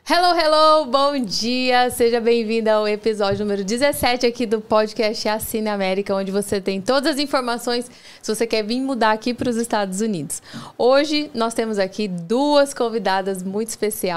Hello, hello, bom dia! Seja bem-vindo ao episódio número 17 aqui do podcast Assine América, onde você tem todas as informações se você quer vir mudar aqui para os Estados Unidos. Hoje nós temos aqui duas convidadas muito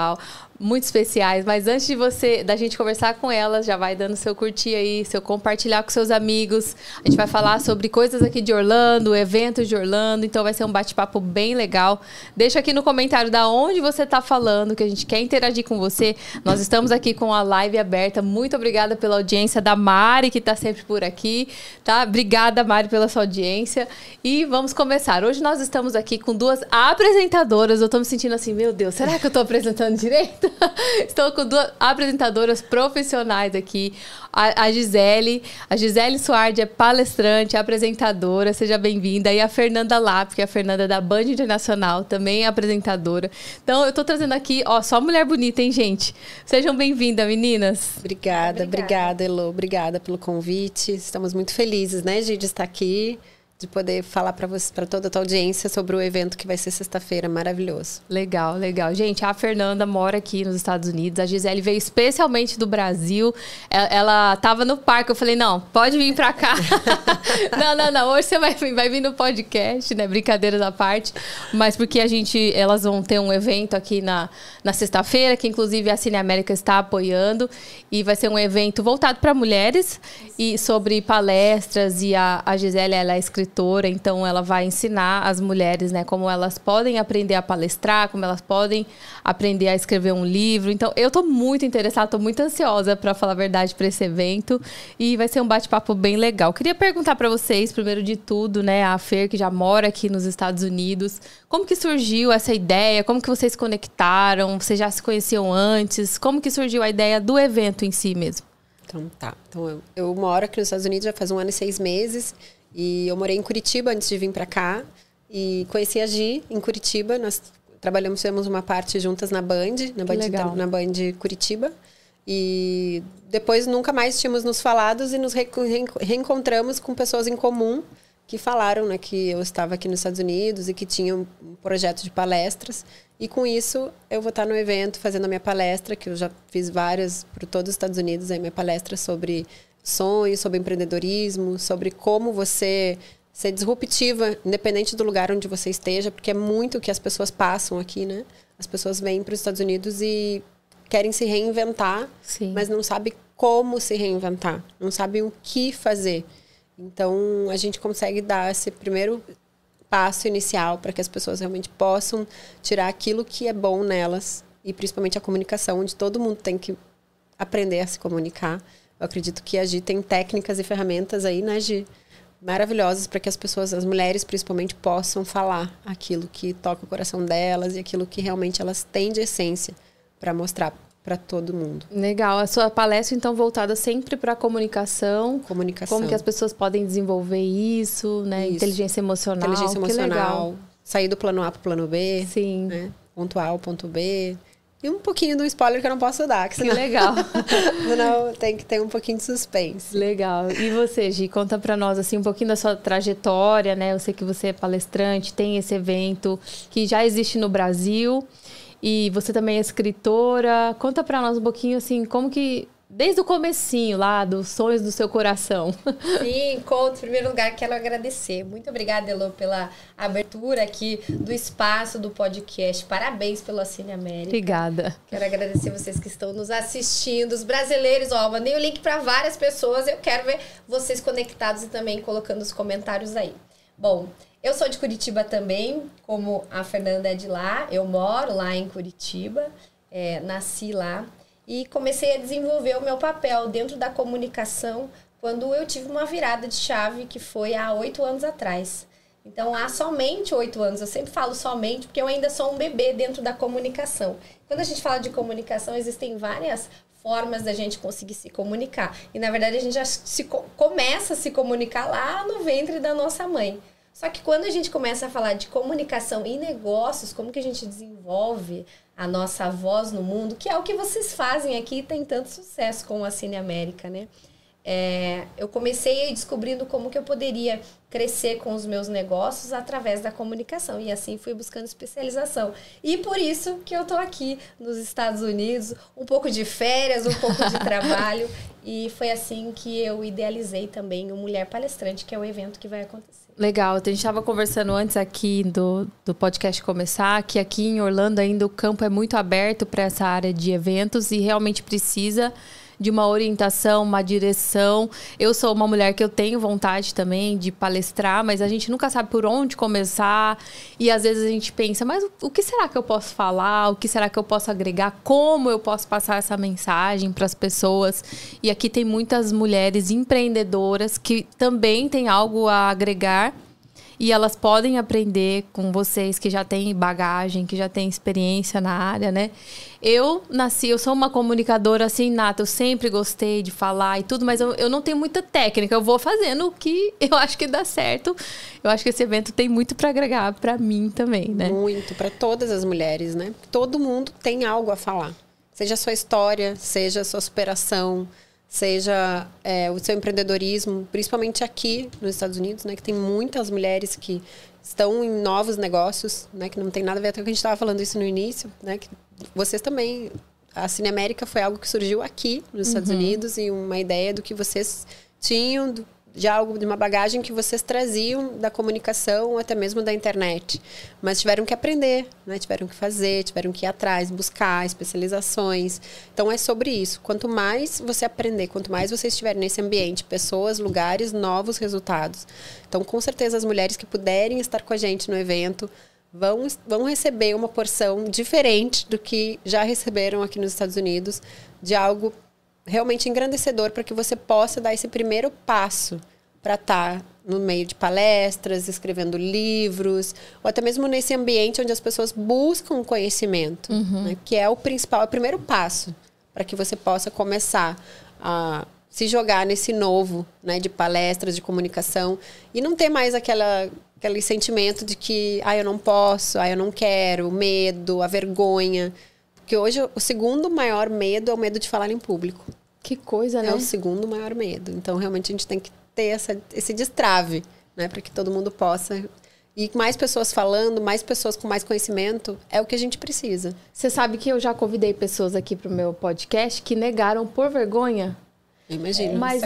especiais, mas antes da gente conversar com elas, já vai dando seu curtir aí, seu compartilhar com seus amigos. A gente vai falar sobre coisas aqui de Orlando, eventos de Orlando, então vai ser um bate-papo bem legal. Deixa aqui no comentário da onde você está falando, que a gente quer interagir com você. Nós estamos aqui com a live aberta. Muito obrigada pela audiência da Mari, que está sempre por aqui, tá? Obrigada, Mari, pela sua audiência. E vamos começar. Hoje nós estamos aqui com duas apresentadoras. Eu estou me sentindo assim, meu Deus, será que eu estou apresentando direito? Estou com duas apresentadoras profissionais aqui. A Gisele Suardi é palestrante, apresentadora, seja bem-vinda. E a Fernanda Lapp, que é a Fernanda da Band Internacional, também é apresentadora. Então, eu estou trazendo aqui, ó, só mulher bonita, hein, gente? Sejam bem-vindas, meninas. Obrigada, Elô. Obrigada pelo convite. Estamos muito felizes, né, de estar aqui, de poder falar para toda a tua audiência sobre o evento que vai ser sexta-feira, maravilhoso. Legal. Gente, a Fernanda mora aqui nos Estados Unidos, a Gisele veio especialmente do Brasil, ela estava no parque, eu falei, não, pode vir para cá. não, hoje você vai vir no podcast, né, brincadeiras à parte, mas porque elas vão ter um evento aqui na sexta-feira, que inclusive a Assine América está apoiando, e vai ser um evento voltado para mulheres, e sobre palestras, e a Gisele, ela é escritora, então ela vai ensinar as mulheres, né, como elas podem aprender a palestrar, como elas podem aprender a escrever um livro. Então, eu estou muito interessada, estou muito ansiosa, para falar a verdade, para esse evento. E vai ser um bate-papo bem legal. Queria perguntar para vocês, primeiro de tudo, né, a Fer, que já mora aqui nos Estados Unidos, como que surgiu essa ideia? Como que vocês se conectaram? Vocês já se conheciam antes? Como que surgiu a ideia do evento em si mesmo? Então, tá. Então, eu moro aqui nos Estados Unidos já faz 1 ano e 6 meses. E eu morei em Curitiba antes de vir para cá. E conheci a Gi em Curitiba. Nós fizemos uma parte juntas na Band Curitiba. E depois nunca mais tínhamos nos falado e nos reencontramos com pessoas em comum que falaram, né, que eu estava aqui nos Estados Unidos e que tinham um projeto de palestras. E com isso eu vou estar no evento fazendo a minha palestra, que eu já fiz várias por todos os Estados Unidos, a minha palestra sobre sonhos, sobre empreendedorismo, sobre como você ser disruptiva, independente do lugar onde você esteja, porque é muito o que as pessoas passam aqui, né? As pessoas vêm para os Estados Unidos e querem se reinventar, sim, mas não sabem como se reinventar, não sabem o que fazer. Então, a gente consegue dar esse primeiro passo inicial para que as pessoas realmente possam tirar aquilo que é bom nelas, e principalmente a comunicação, onde todo mundo tem que aprender a se comunicar. Eu acredito que a Gi tem técnicas e ferramentas aí, né, Gi, maravilhosas para que as pessoas, as mulheres principalmente, possam falar aquilo que toca o coração delas e aquilo que realmente elas têm de essência para mostrar para todo mundo. Legal. A sua palestra, então, voltada sempre para comunicação. Como que as pessoas podem desenvolver isso, né? Isso. Inteligência emocional. Inteligência emocional. Sair do plano A para o plano B. Sim. Né? Ponto A ao ponto B. E um pouquinho do spoiler que eu não posso dar. Que senão... legal. Senão tem que ter um pouquinho de suspense. Legal. E você, Gi, conta pra nós assim, um pouquinho da sua trajetória, né? Eu sei que você é palestrante, tem esse evento que já existe no Brasil. E você também é escritora. Conta pra nós um pouquinho, assim, como que... Desde o comecinho lá, dos sonhos do seu coração. Sim, conto. Em primeiro lugar, quero agradecer. Muito obrigada, Elô, pela abertura aqui do espaço do podcast. Parabéns pelo Assine América. Obrigada. Quero agradecer vocês que estão nos assistindo. Os brasileiros, ó, mandei o link para várias pessoas. Eu quero ver vocês conectados e também colocando os comentários aí. Bom, eu sou de Curitiba também, como a Fernanda é de lá. Eu moro lá em Curitiba, nasci lá. E comecei a desenvolver o meu papel dentro da comunicação quando eu tive uma virada de chave que foi há 8 anos atrás. Então, há somente 8 anos, eu sempre falo somente porque eu ainda sou um bebê dentro da comunicação. Quando a gente fala de comunicação, existem várias formas da gente conseguir se comunicar. E, na verdade, a gente já começa a se comunicar lá no ventre da nossa mãe. Só que quando a gente começa a falar de comunicação e negócios, como que a gente desenvolve a nossa voz no mundo, que é o que vocês fazem aqui e tem tanto sucesso com o Assine América, né? eu comecei descobrindo como que eu poderia crescer com os meus negócios através da comunicação. E assim fui buscando especialização. E por isso que eu tô aqui nos Estados Unidos, um pouco de férias, um pouco de trabalho. E foi assim que eu idealizei também o Mulher Palestrante, que é o evento que vai acontecer. Legal, a gente estava conversando antes aqui do podcast começar, que aqui em Orlando ainda o campo é muito aberto para essa área de eventos e realmente precisa de uma orientação, uma direção. Eu sou uma mulher que eu tenho vontade também de palestrar, mas a gente nunca sabe por onde começar. E às vezes a gente pensa, mas o que será que eu posso falar? O que será que eu posso agregar? Como eu posso passar essa mensagem para as pessoas? E aqui tem muitas mulheres empreendedoras que também têm algo a agregar. E elas podem aprender com vocês que já têm bagagem, que já têm experiência na área, né? Eu sou uma comunicadora assim, nata. Eu sempre gostei de falar e tudo, mas eu não tenho muita técnica. Eu vou fazendo o que eu acho que dá certo. Eu acho que esse evento tem muito para agregar para mim também, né? Muito, para todas as mulheres, né? Todo mundo tem algo a falar. Seja a sua história, seja a sua superação, seja o seu empreendedorismo, principalmente aqui nos Estados Unidos, né, que tem muitas mulheres que estão em novos negócios, né, que não tem nada a ver, até que a gente estava falando isso no início, né, que vocês também, a Cine América foi algo que surgiu aqui nos Estados Unidos e uma ideia do que vocês tinham, de algo, de uma bagagem que vocês traziam da comunicação, até mesmo da internet. Mas tiveram que aprender, né? Tiveram que fazer, tiveram que ir atrás, buscar especializações. Então, é sobre isso. Quanto mais você aprender, quanto mais você estiver nesse ambiente, pessoas, lugares, novos resultados. Então, com certeza, as mulheres que puderem estar com a gente no evento vão receber uma porção diferente do que já receberam aqui nos Estados Unidos, de algo realmente engrandecedor para que você possa dar esse primeiro passo para estar no meio de palestras, escrevendo livros, ou até mesmo nesse ambiente onde as pessoas buscam conhecimento, né? Que é o principal, é o primeiro passo para que você possa começar a se jogar nesse novo, né, de palestras, de comunicação, e não ter mais aquele sentimento de que eu não posso, eu não quero, o medo, a vergonha. Porque hoje o segundo maior medo é o medo de falar em público. Que coisa, né? É o segundo maior medo. Então, realmente, a gente tem que ter esse destrave, né? Para que todo mundo possa. E mais pessoas falando, mais pessoas com mais conhecimento, é o que a gente precisa. Você sabe que eu já convidei pessoas aqui para o meu podcast que negaram por vergonha. Eu imagino. Mas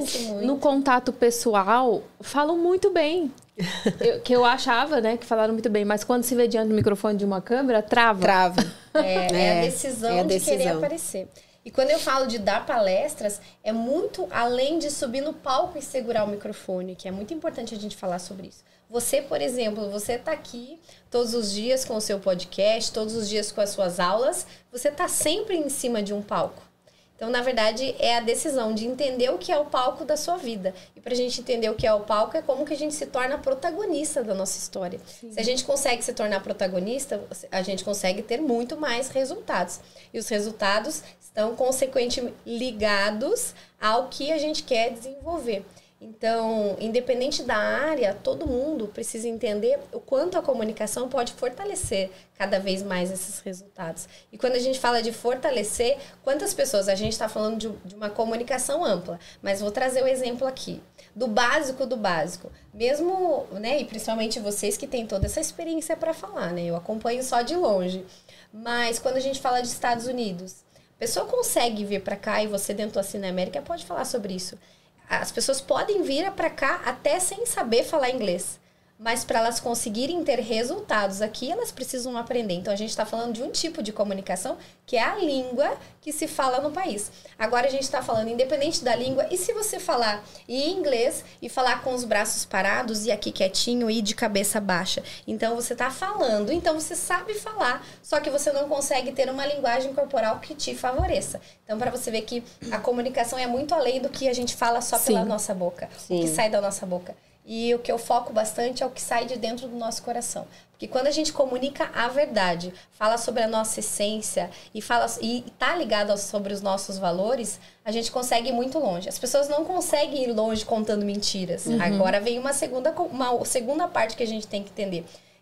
no contato pessoal, falam muito bem. Que eu achava, né, que falaram muito bem, mas quando se vê diante do microfone de uma câmera, trava. É a decisão de querer aparecer. E quando eu falo de dar palestras, é muito além de subir no palco e segurar o microfone, que é muito importante a gente falar sobre isso. Você, por exemplo, você está aqui todos os dias com o seu podcast, todos os dias com as suas aulas, você está sempre em cima de um palco. Então, na verdade, é a decisão de entender o que é o palco da sua vida. E para a gente entender o que é o palco, é como que a gente se torna protagonista da nossa história. Sim. Se a gente consegue se tornar protagonista, a gente consegue ter muito mais resultados. E os resultados estão, consequentemente, ligados ao que a gente quer desenvolver. Então, independente da área, todo mundo precisa entender o quanto a comunicação pode fortalecer cada vez mais esses resultados. E quando a gente fala de fortalecer, quantas pessoas? A gente está falando de uma comunicação ampla, mas vou trazer o exemplo aqui. Do básico do básico. Mesmo, né, e principalmente vocês que têm toda essa experiência para falar, né? Eu acompanho só de longe. Mas quando a gente fala de Estados Unidos, a pessoa consegue vir para cá, e você dentro da Cine América pode falar sobre isso. As pessoas podem vir para cá até sem saber falar inglês. Mas para elas conseguirem ter resultados aqui, elas precisam aprender. Então, a gente está falando de um tipo de comunicação que é a língua que se fala no país. Agora, a gente está falando, independente da língua, e se você falar em inglês e falar com os braços parados e aqui quietinho e de cabeça baixa? Então, você está falando, então você sabe falar, só que você não consegue ter uma linguagem corporal que te favoreça. Então, para você ver que a comunicação é muito além do que a gente fala só pela nossa boca, o que sai da nossa boca. E o que eu foco bastante é o que sai de dentro do nosso coração. Porque quando a gente comunica a verdade, fala sobre a nossa essência e está ligado sobre os nossos valores, a gente consegue ir muito longe. As pessoas não conseguem ir longe contando mentiras. Agora vem uma segunda parte que a gente tem que entender.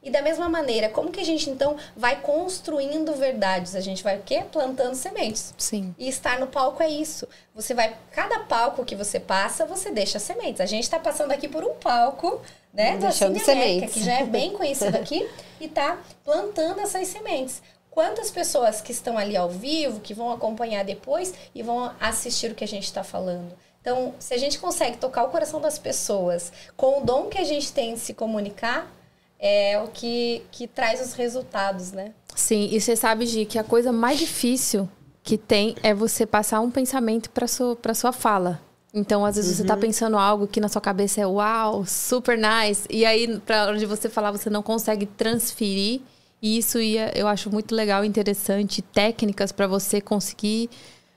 E da mesma maneira, como que a gente, então, vai construindo verdades? A gente vai o quê? Plantando sementes. Sim. E estar no palco é isso. Você vai... Cada palco que você passa, você deixa sementes. A gente está passando aqui por um palco, né? Do Cine América, que já é bem conhecido aqui. E tá plantando essas sementes. Quantas pessoas que estão ali ao vivo, que vão acompanhar depois e vão assistir o que a gente está falando? Então, se a gente consegue tocar o coração das pessoas com o dom que a gente tem de se comunicar... é o que traz os resultados, né? Sim, e você sabe, Gi, que a coisa mais difícil que tem é você passar um pensamento para sua fala. Então, às vezes, você tá pensando algo que na sua cabeça é uau, super nice. E aí, para onde você falar, você não consegue transferir. E isso eu acho muito legal e interessante. Técnicas para você conseguir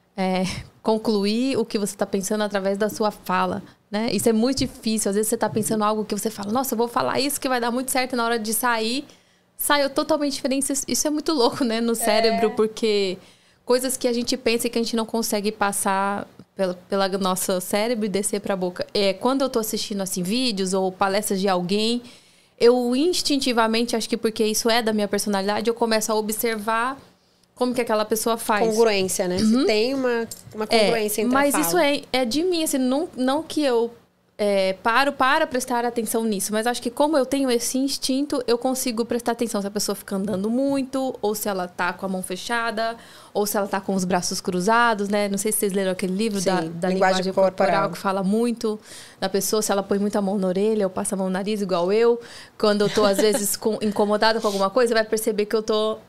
concluir o que você tá pensando através da sua fala. Né? Isso é muito difícil. Às vezes você tá pensando algo que você fala, nossa, eu vou falar isso que vai dar muito certo, na hora de sair, saiu totalmente diferente. Isso é muito louco, né? No cérebro, porque coisas que a gente pensa e que a gente não consegue passar pela nosso cérebro e descer pra boca. Quando eu tô assistindo assim, vídeos ou palestras de alguém, eu instintivamente, acho que porque isso é da minha personalidade, eu começo a observar como que aquela pessoa faz. Congruência, né? Se tem uma congruência entre mas a fala. isso é de mim, assim, não que eu paro para prestar atenção nisso, mas acho que como eu tenho esse instinto, eu consigo prestar atenção se a pessoa fica andando muito, ou se ela tá com a mão fechada, ou se ela tá com os braços cruzados, né? Não sei se vocês leram aquele livro da linguagem corporal que fala muito da pessoa, se ela põe muita mão na orelha ou passa a mão no nariz, igual eu. Quando eu tô, às vezes, incomodada com alguma coisa, vai perceber que eu tô...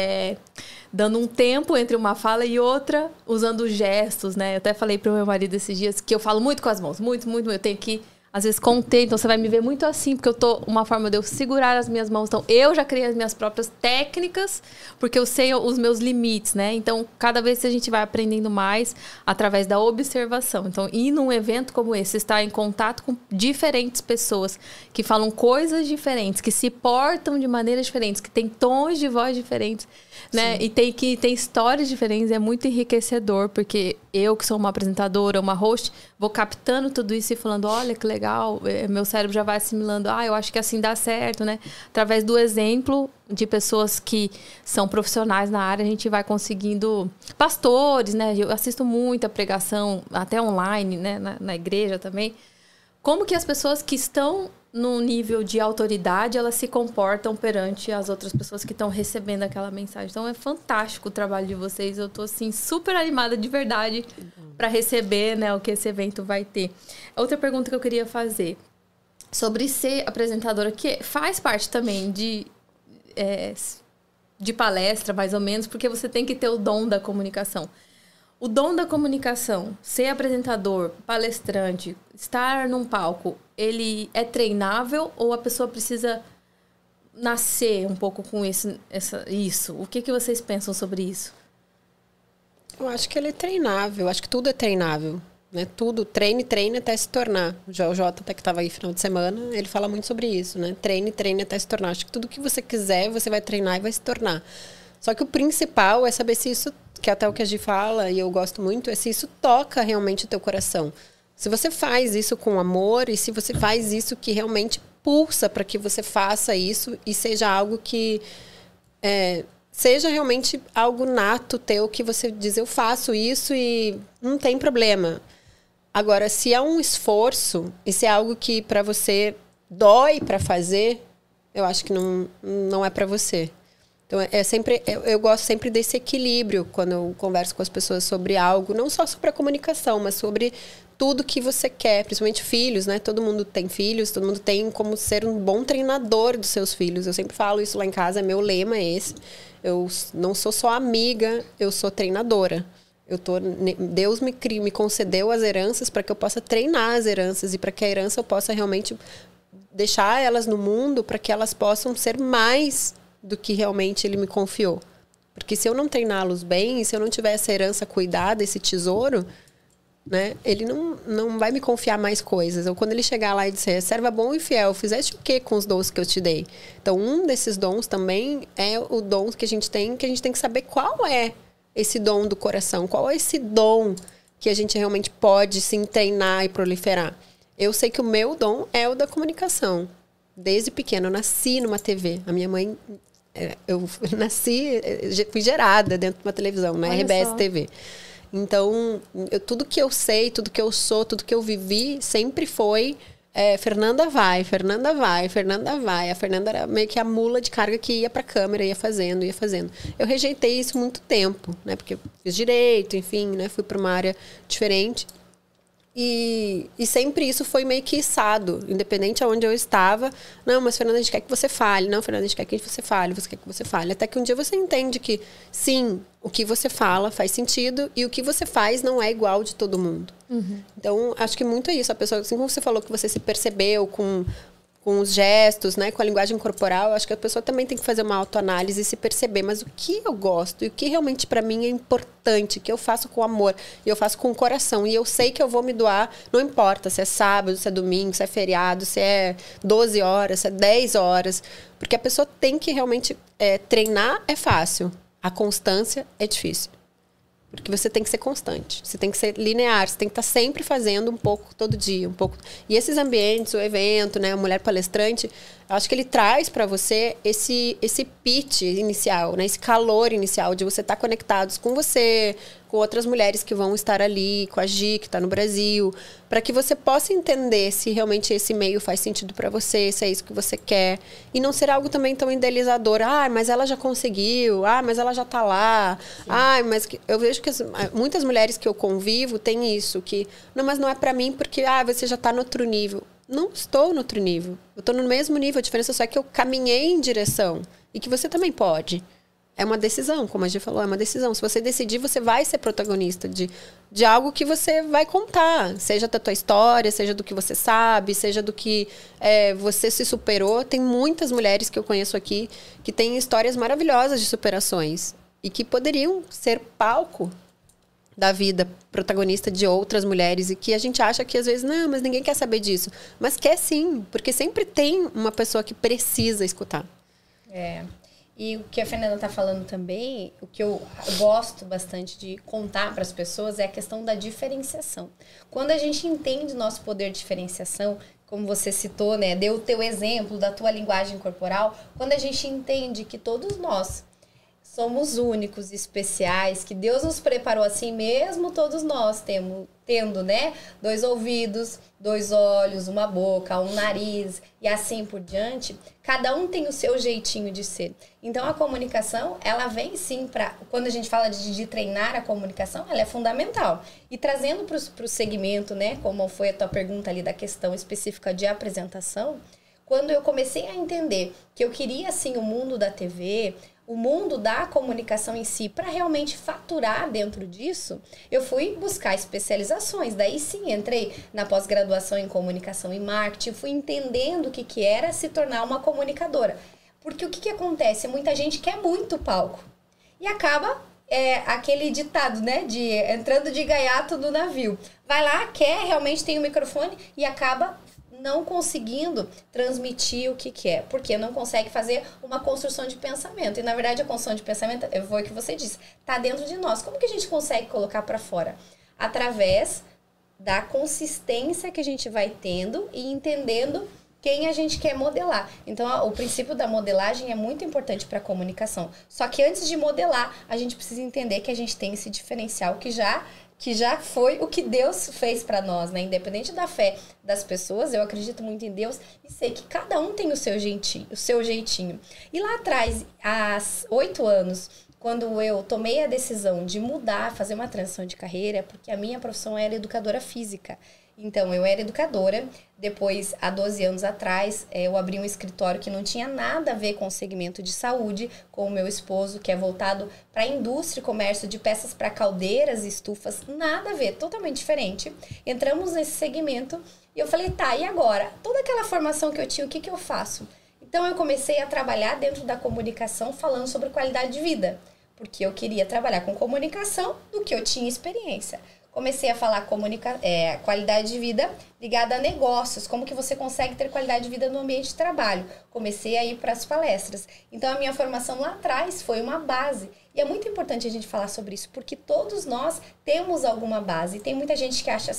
dando um tempo entre uma fala e outra, usando gestos, né? Eu até falei pro meu marido esses dias que eu falo muito com as mãos, muito. Eu tenho que, às vezes, conter. Então, você vai me ver muito assim, porque eu tô... Uma forma de eu segurar as minhas mãos. Então, eu já criei as minhas próprias técnicas, porque eu sei os meus limites, né? Então, cada vez a gente vai aprendendo mais através da observação. Então, ir num evento como esse, estar em contato com diferentes pessoas que falam coisas diferentes, que se portam de maneiras diferentes, que têm tons de voz diferentes, né? E tem histórias diferentes, é muito enriquecedor, porque eu, que sou uma apresentadora, uma host, vou captando tudo isso e falando, olha que legal, meu cérebro já vai assimilando, eu acho que assim dá certo, né? Através do exemplo de pessoas que são profissionais na área, a gente vai conseguindo... Pastores, né? Eu assisto muita pregação, até online, né? Na igreja também. Como que as pessoas que estão no nível de autoridade, elas se comportam perante as outras pessoas que estão recebendo aquela mensagem. Então, é fantástico o trabalho de vocês. Eu tô, assim, super animada de verdade para receber, né, o que esse evento vai ter. Outra pergunta que eu queria fazer sobre ser apresentadora, que faz parte também de palestra, mais ou menos, porque você tem que ter o dom da comunicação. O dom da comunicação, ser apresentador, palestrante, estar num palco, ele é treinável ou a pessoa precisa nascer um pouco com isso? O que vocês pensam sobre isso? Eu acho que ele é treinável. Eu acho que tudo é treinável. Né? Tudo, treine até se tornar. O Jota, até que estava aí no final de semana, ele fala muito sobre isso. Né? Treine até se tornar. Acho que tudo que você quiser, você vai treinar e vai se tornar. Só que o principal é saber se isso, que é até o que a Gi fala, e eu gosto muito, é se isso toca realmente o teu coração. Se você faz isso com amor e se você faz isso que realmente pulsa para que você faça isso e seja algo que... seja realmente algo nato teu, que você diz, eu faço isso e não tem problema. Agora, se é um esforço e se é algo que para você dói para fazer, eu acho que não é para você. Então, eu gosto sempre desse equilíbrio quando eu converso com as pessoas sobre algo, não só sobre a comunicação, mas sobre tudo que você quer, principalmente filhos, né? Todo mundo tem filhos, todo mundo tem como ser um bom treinador dos seus filhos. Eu sempre falo isso lá em casa, meu lema é esse. Eu não sou só amiga, eu sou treinadora. Deus me concedeu as heranças para que eu possa treinar as heranças e para que a herança eu possa realmente deixar elas no mundo para que elas possam ser mais do que realmente ele me confiou. Porque se eu não treiná-los bem, se eu não tiver essa herança cuidada, esse tesouro, né, ele não vai me confiar mais coisas. Ou quando ele chegar lá e disser, serva bom e fiel, fizeste o que com os dons que eu te dei? Então, um desses dons também é o dom que a gente tem que saber qual é esse dom do coração, qual é esse dom que a gente realmente pode se treinar e proliferar. Eu sei que o meu dom é o da comunicação. Desde pequena, eu nasci numa TV. A minha mãe... Eu nasci, fui gerada dentro de uma televisão, na RBS TV. Então, tudo que eu sei, tudo que eu sou, tudo que eu vivi, sempre foi... Fernanda vai, Fernanda vai, Fernanda vai. A Fernanda era meio que a mula de carga que ia pra câmera, ia fazendo. Eu rejeitei isso muito tempo, né? Porque eu fiz direito, enfim, né? Fui pra uma área diferente. E sempre isso foi meio que içado, independente aonde eu estava. Não, mas Fernanda, a gente quer que você fale. Não, Fernanda, a gente quer que você fale, você quer que você fale. Até que um dia você entende que, sim, o que você fala faz sentido e o que você faz não é igual de todo mundo. Uhum. Então, acho que muito é isso. A pessoa, assim como você falou que você se percebeu com os gestos, né, com a linguagem corporal, acho que a pessoa também tem que fazer uma autoanálise e se perceber, mas o que eu gosto e o que realmente para mim é importante, que eu faço com amor e eu faço com o coração e eu sei que eu vou me doar, não importa se é sábado, se é domingo, se é feriado, se é 12 horas, se é 10 horas, porque a pessoa tem que realmente treinar é fácil, a constância é difícil. Porque você tem que ser constante, você tem que ser linear, você tem que estar sempre fazendo um pouco todo dia, um pouco. E esses ambientes, o evento, né, a Mulher Palestrante, eu acho que ele traz para você esse pitch inicial, né, esse calor inicial de você estar conectados com você, com outras mulheres que vão estar ali, com a Gi, que está no Brasil, para que você possa entender se realmente esse meio faz sentido para você, se é isso que você quer. E não ser algo também tão idealizador. Ah, mas ela já conseguiu. Ah, mas ela já está lá. Ah, mas eu vejo que muitas mulheres que eu convivo têm isso, que não, mas não é para mim porque você já está no outro nível. Não estou no outro nível. Eu estou no mesmo nível. A diferença só é que eu caminhei em direção. E que você também pode. É uma decisão, como a gente falou, é uma decisão. Se você decidir, você vai ser protagonista de algo que você vai contar. Seja da tua história, seja do que você sabe, seja do que você se superou. Tem muitas mulheres que eu conheço aqui que têm histórias maravilhosas de superações. E que poderiam ser palco da vida, protagonista de outras mulheres. E que a gente acha que às vezes, não, mas ninguém quer saber disso. Mas quer sim, porque sempre tem uma pessoa que precisa escutar. E o que a Fernanda está falando também, o que eu gosto bastante de contar para as pessoas é a questão da diferenciação. Quando a gente entende o nosso poder de diferenciação, como você citou, né, deu o teu exemplo da tua linguagem corporal, quando a gente entende que todos nós somos únicos e especiais, que Deus nos preparou assim mesmo, todos nós tendo, né, 2 ouvidos, 2 olhos, uma boca, um nariz e assim por diante, cada um tem o seu jeitinho de ser. Então a comunicação, ela vem sim quando a gente fala de treinar a comunicação, ela é fundamental. E trazendo para o segmento, né, como foi a tua pergunta ali da questão específica de apresentação, quando eu comecei a entender que eu queria assim o mundo da TV, o mundo da comunicação em si, para realmente faturar dentro disso, eu fui buscar especializações. Daí sim, entrei na pós-graduação em comunicação e marketing, fui entendendo o que era se tornar uma comunicadora. Porque o que acontece? Muita gente quer muito palco. E acaba aquele ditado, né? Entrando de gaiato do navio. Vai lá, realmente tem o microfone e acaba não conseguindo transmitir o que é, porque não consegue fazer uma construção de pensamento. E, na verdade, a construção de pensamento, foi o que você disse, está dentro de nós. Como que a gente consegue colocar para fora? Através da consistência que a gente vai tendo e entendendo quem a gente quer modelar. Então, o princípio da modelagem é muito importante para a comunicação. Só que antes de modelar, a gente precisa entender que a gente tem esse diferencial que já foi o que Deus fez para nós, né? Independente da fé das pessoas, eu acredito muito em Deus e sei que cada um tem o seu jeitinho. E lá atrás, há 8 anos, quando eu tomei a decisão de mudar, fazer uma transição de carreira, porque a minha profissão era educadora física. Então, eu era educadora, depois, há 12 anos atrás, eu abri um escritório que não tinha nada a ver com o segmento de saúde, com o meu esposo, que é voltado para a indústria e comércio de peças para caldeiras e estufas, nada a ver, totalmente diferente. Entramos nesse segmento e eu falei, tá, e agora? Toda aquela formação que eu tinha, o que eu faço? Então, eu comecei a trabalhar dentro da comunicação falando sobre qualidade de vida, porque eu queria trabalhar com comunicação do que eu tinha experiência. Comecei a falar qualidade de vida ligada a negócios, como que você consegue ter qualidade de vida no ambiente de trabalho. Comecei a ir para as palestras. Então, a minha formação lá atrás foi uma base. E é muito importante a gente falar sobre isso, porque todos nós temos alguma base. E tem muita gente que acha assim,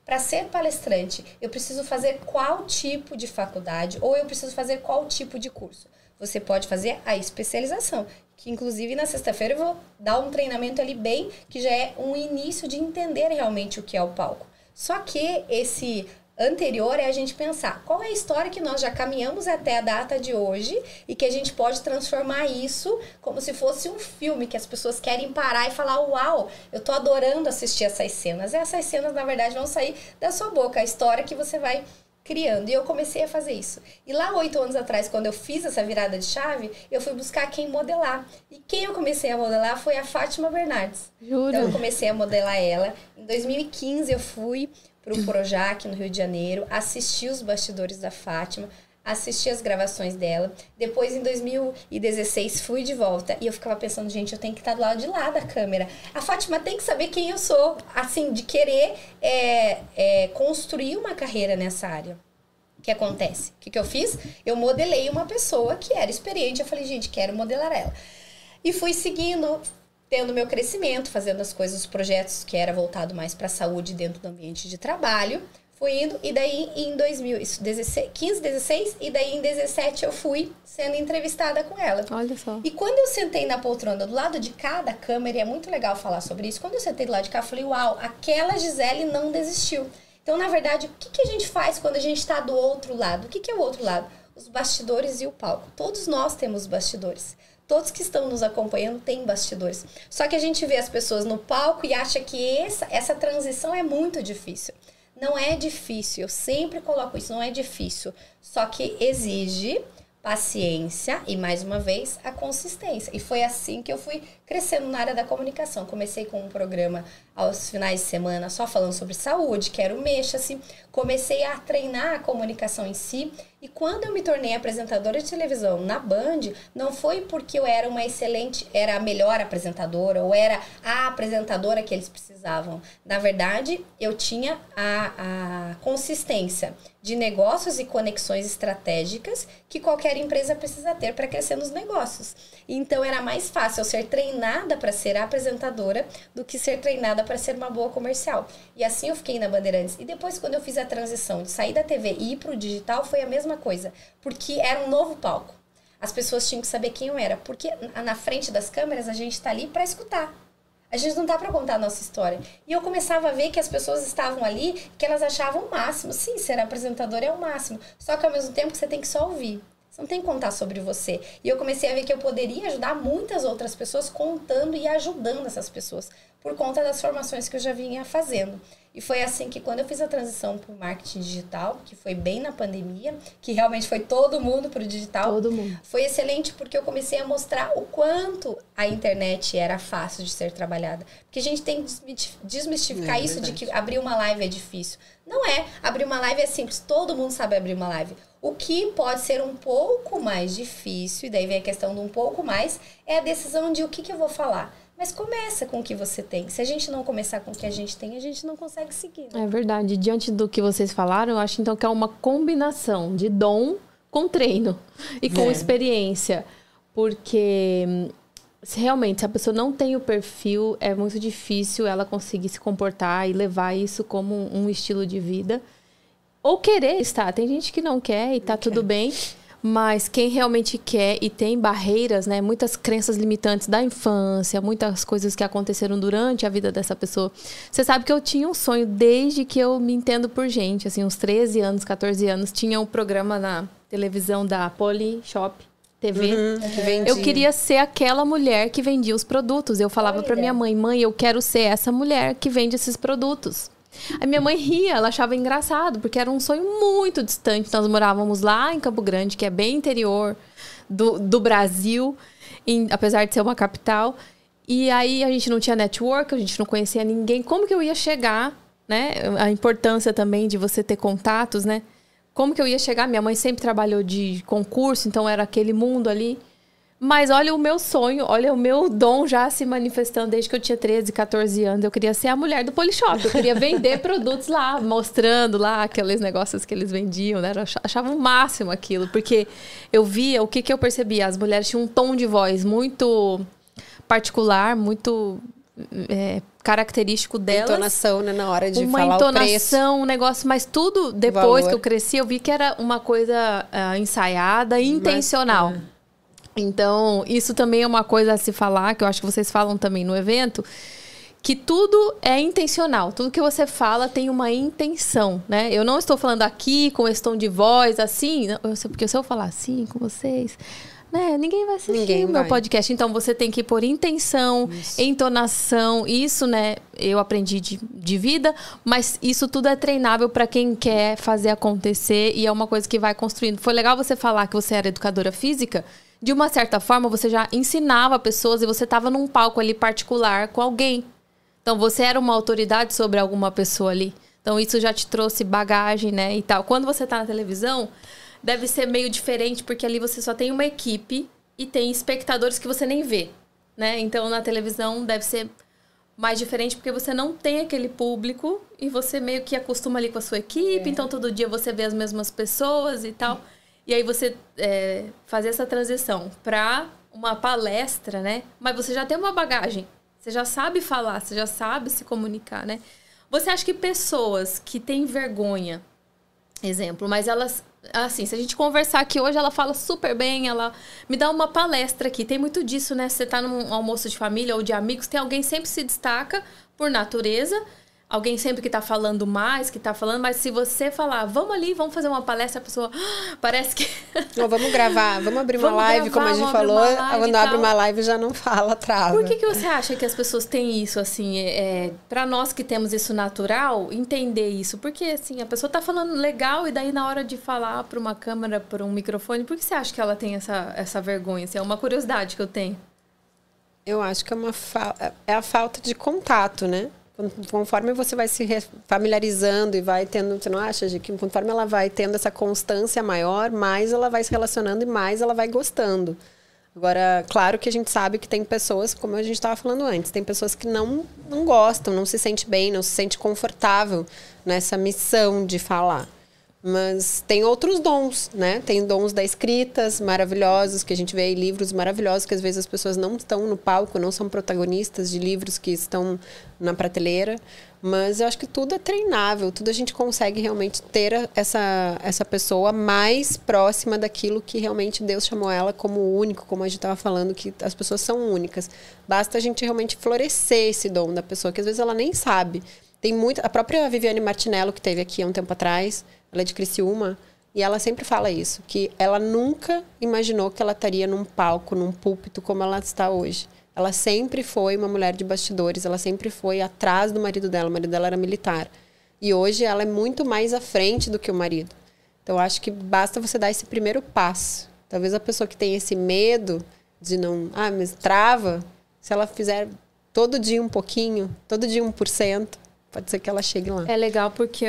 para ser palestrante, eu preciso fazer qual tipo de faculdade ou eu preciso fazer qual tipo de curso? Você pode fazer a especialização, que inclusive na sexta-feira eu vou dar um treinamento ali bem, que já é um início de entender realmente o que é o palco. Só que esse anterior é a gente pensar qual é a história que nós já caminhamos até a data de hoje e que a gente pode transformar isso como se fosse um filme que as pessoas querem parar e falar, uau, eu tô adorando assistir essas cenas. E essas cenas, na verdade, vão sair da sua boca, a história que você vai criando. E eu comecei a fazer isso. E lá, 8 anos atrás, quando eu fiz essa virada de chave, eu fui buscar quem modelar. E quem eu comecei a modelar foi a Fátima Bernardes. Juro? Então, eu comecei a modelar ela. Em 2015, eu fui para o Projac, no Rio de Janeiro, assisti os bastidores da Fátima, assisti as gravações dela. Depois, em 2016, fui de volta. E eu ficava pensando, gente, eu tenho que estar do lado de lá da câmera. A Fátima tem que saber quem eu sou, assim, de querer construir uma carreira nessa área. O que acontece? O que eu fiz? Eu modelei uma pessoa que era experiente. Eu falei, gente, quero modelar ela. E fui seguindo, tendo meu crescimento, fazendo as coisas, os projetos que era voltado mais para a saúde dentro do ambiente de trabalho. Fui indo, e daí em 2015, 16, e daí em 17 eu fui sendo entrevistada com ela. Olha só. E quando eu sentei na poltrona do lado de cá da câmera, e é muito legal falar sobre isso, quando eu sentei do lado de cá, eu falei, uau, aquela Gisele não desistiu. Então, na verdade, o que a gente faz quando a gente está do outro lado? O que é o outro lado? Os bastidores e o palco. Todos nós temos bastidores. Todos que estão nos acompanhando têm bastidores. Só que a gente vê as pessoas no palco e acha que essa transição é muito difícil. Não é difícil, eu sempre coloco isso, não é difícil. Só que exige paciência e, mais uma vez, a consistência. E foi assim que eu fui crescendo na área da comunicação. Comecei com um programa aos finais de semana só falando sobre saúde, que era o Mexa-se. Comecei a treinar a comunicação em si. E quando eu me tornei apresentadora de televisão na Band, não foi porque eu era era a melhor apresentadora ou era a apresentadora que eles precisavam. Na verdade, eu tinha a consistência de negócios e conexões estratégicas que qualquer empresa precisa ter para crescer nos negócios. Então, era mais fácil eu ser treinada para ser apresentadora do que ser treinada para ser uma boa comercial. E assim eu fiquei na Bandeirantes. E depois, quando eu fiz a transição de sair da TV e ir para o digital, foi a mesma coisa. Porque era um novo palco. As pessoas tinham que saber quem eu era. Porque na frente das câmeras, a gente está ali para escutar. A gente não tá para contar a nossa história. E eu começava a ver que as pessoas estavam ali, que elas achavam o máximo. Sim, ser apresentador é o máximo. Só que ao mesmo tempo você tem que só ouvir. Você não tem que contar sobre você. E eu comecei a ver que eu poderia ajudar muitas outras pessoas contando e ajudando essas pessoas. Por conta das formações que eu já vinha fazendo. E foi assim que quando eu fiz a transição para o marketing digital, que foi bem na pandemia, que realmente foi todo mundo para o digital. Todo mundo. Foi excelente porque eu comecei a mostrar o quanto a internet era fácil de ser trabalhada. Porque a gente tem que desmistificar isso de que abrir uma live é difícil. Não é. Abrir uma live é simples. Todo mundo sabe abrir uma live. O que pode ser um pouco mais difícil, e daí vem a questão do um pouco mais, é a decisão de o que eu vou falar. Mas começa com o que você tem. Se a gente não começar com o que a gente tem, a gente não consegue seguir. Né? É verdade. Diante do que vocês falaram, eu acho então que é uma combinação de dom com treino e com experiência. Porque realmente, se a pessoa não tem o perfil, é muito difícil ela conseguir se comportar e levar isso como um estilo de vida. Ou querer estar. Tem gente que não quer e tá tudo bem. Mas quem realmente quer e tem barreiras, né? Muitas crenças limitantes da infância, muitas coisas que aconteceram durante a vida dessa pessoa. Você sabe que eu tinha um sonho desde que eu me entendo por gente. Assim, uns 13 anos, 14 anos. Tinha um programa na televisão da Polishop TV. Eu queria ser aquela mulher que vendia os produtos. Eu falava pra minha mãe, eu quero ser essa mulher que vende esses produtos. A minha mãe ria, ela achava engraçado, porque era um sonho muito distante. Nós morávamos lá em Campo Grande, que é bem interior do Brasil, apesar de ser uma capital. E aí a gente não tinha network, a gente não conhecia ninguém. Como que eu ia chegar, né? A importância também de você ter contatos, né? Como que eu ia chegar? Minha mãe sempre trabalhou de concurso, então era aquele mundo ali. Mas olha o meu sonho, olha o meu dom já se manifestando desde que eu tinha 13, 14 anos. Eu queria ser a mulher do Polishop. Eu queria vender produtos lá, mostrando lá aqueles negócios que eles vendiam, né? Eu achava o máximo aquilo, porque eu via, o que eu percebia? As mulheres tinham um tom de voz muito particular, muito característico delas. Entonação, né? Na hora de uma falar entonação, o preço. Um negócio, mas tudo depois que eu cresci, eu vi que era uma coisa ensaiada e intencional. Então, isso também é uma coisa a se falar, que eu acho que vocês falam também no evento, que tudo é intencional. Tudo que você fala tem uma intenção, né? Eu não estou falando aqui com esse tom de voz, assim, porque se eu falar assim com vocês, né? Ninguém vai assistir o meu podcast. Então, você tem que pôr intenção, entonação. Isso, né? Eu aprendi de vida, mas isso tudo é treinável para quem quer fazer acontecer e é uma coisa que vai construindo. Foi legal você falar que você era educadora física. De uma certa forma, você já ensinava pessoas e você estava num palco ali particular com alguém. Então, você era uma autoridade sobre alguma pessoa ali. Então, isso já te trouxe bagagem, né? E tal. Quando você está na televisão, deve ser meio diferente, porque ali você só tem uma equipe e tem espectadores que você nem vê, né? Então, na televisão, deve ser mais diferente, porque você não tem aquele público e você meio que acostuma ali com a sua equipe. Então, todo dia você vê as mesmas pessoas e tal. E aí, você fazer essa transição para uma palestra, né? Mas você já tem uma bagagem. Você já sabe falar, você já sabe se comunicar, né? Você acha que pessoas que têm vergonha, exemplo, mas elas, assim, se a gente conversar aqui hoje, ela fala super bem, ela me dá uma palestra aqui. Tem muito disso, né? Você tá num almoço de família ou de amigos, tem alguém que sempre se destaca por natureza, alguém sempre que tá falando mais, que tá falando, mas se você falar, vamos ali, vamos fazer uma palestra, a pessoa parece que... Não, vamos gravar, vamos abrir uma live, como a gente falou, quando abre uma live já não fala, trava. Por que você acha que as pessoas têm isso, assim, pra nós que temos isso natural, entender isso? Porque, assim, a pessoa tá falando legal e daí na hora de falar pra uma câmera, pra um microfone, por que você acha que ela tem essa vergonha? Assim, é uma curiosidade que eu tenho. Eu acho que é a falta de contato, né? Conforme você vai se familiarizando e vai tendo... Você não acha, Gi, que conforme ela vai tendo essa constância maior, mais ela vai se relacionando e mais ela vai gostando. Agora, claro que a gente sabe que tem pessoas, como a gente estava falando antes, tem pessoas que não gostam, não se sente bem, não se sente confortável nessa missão de falar. Mas tem outros dons, né? Tem dons da escritas maravilhosos, que a gente vê aí, livros maravilhosos, que às vezes as pessoas não estão no palco, não são protagonistas de livros que estão na prateleira. Mas eu acho que tudo é treinável, tudo a gente consegue realmente ter essa pessoa mais próxima daquilo que realmente Deus chamou ela como único, como a gente estava falando, que as pessoas são únicas. Basta a gente realmente florescer esse dom da pessoa, que às vezes ela nem sabe. Tem a própria Viviane Martinello, que esteve aqui há um tempo atrás, ela é de Criciúma, e ela sempre fala isso, que ela nunca imaginou que ela estaria num palco, num púlpito como ela está hoje. Ela sempre foi uma mulher de bastidores, ela sempre foi atrás do marido dela. O marido dela era militar. E hoje ela é muito mais à frente do que o marido. Então, eu acho que basta você dar esse primeiro passo. Talvez a pessoa que tem esse medo de não... mas trava. Se ela fizer todo dia um pouquinho, todo dia 1%, pode ser que ela chegue lá. É legal porque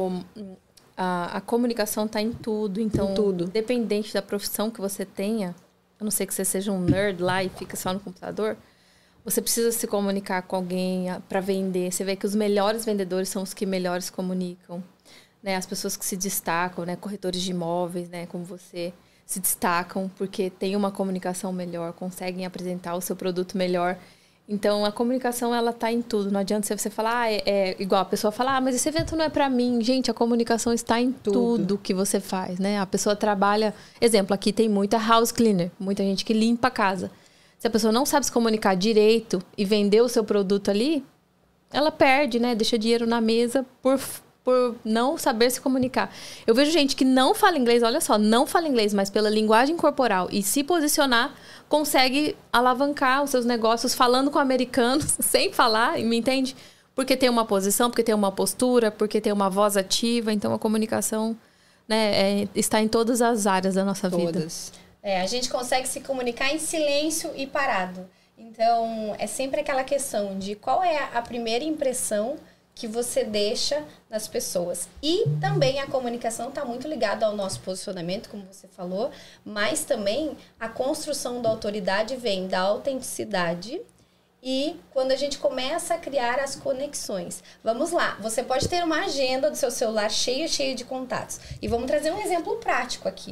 a comunicação está em tudo. Então, em tudo. Independente da profissão que você tenha, a não ser que você seja um nerd lá e fica só no computador, você precisa se comunicar com alguém para vender. Você vê que os melhores vendedores são os que melhores comunicam, né? As pessoas que se destacam, né? Corretores de imóveis, né? Como você, se destacam porque tem uma comunicação melhor, conseguem apresentar o seu produto melhor. Então, a comunicação, ela tá em tudo. Não adianta você falar, igual a pessoa falar, mas esse evento não é para mim. Gente, a comunicação está em tudo que você faz, né? A pessoa trabalha... Exemplo, aqui tem muita house cleaner, muita gente que limpa a casa. Se a pessoa não sabe se comunicar direito e vender o seu produto ali, ela perde, né? Deixa dinheiro na mesa por não saber se comunicar. Eu vejo gente que não fala inglês, olha só, não fala inglês, mas pela linguagem corporal e se posicionar, consegue alavancar os seus negócios falando com americanos, sem falar, me entende? Porque tem uma posição, porque tem uma postura, porque tem uma voz ativa. Então, a comunicação, né, está em todas as áreas da nossa vida. A gente consegue se comunicar em silêncio e parado. Então, é sempre aquela questão de qual é a primeira impressão que você deixa nas pessoas. E também a comunicação está muito ligada ao nosso posicionamento, como você falou, mas também a construção da autoridade vem da autenticidade e quando a gente começa a criar as conexões. Vamos lá, você pode ter uma agenda do seu celular cheia de contatos. E vamos trazer um exemplo prático aqui.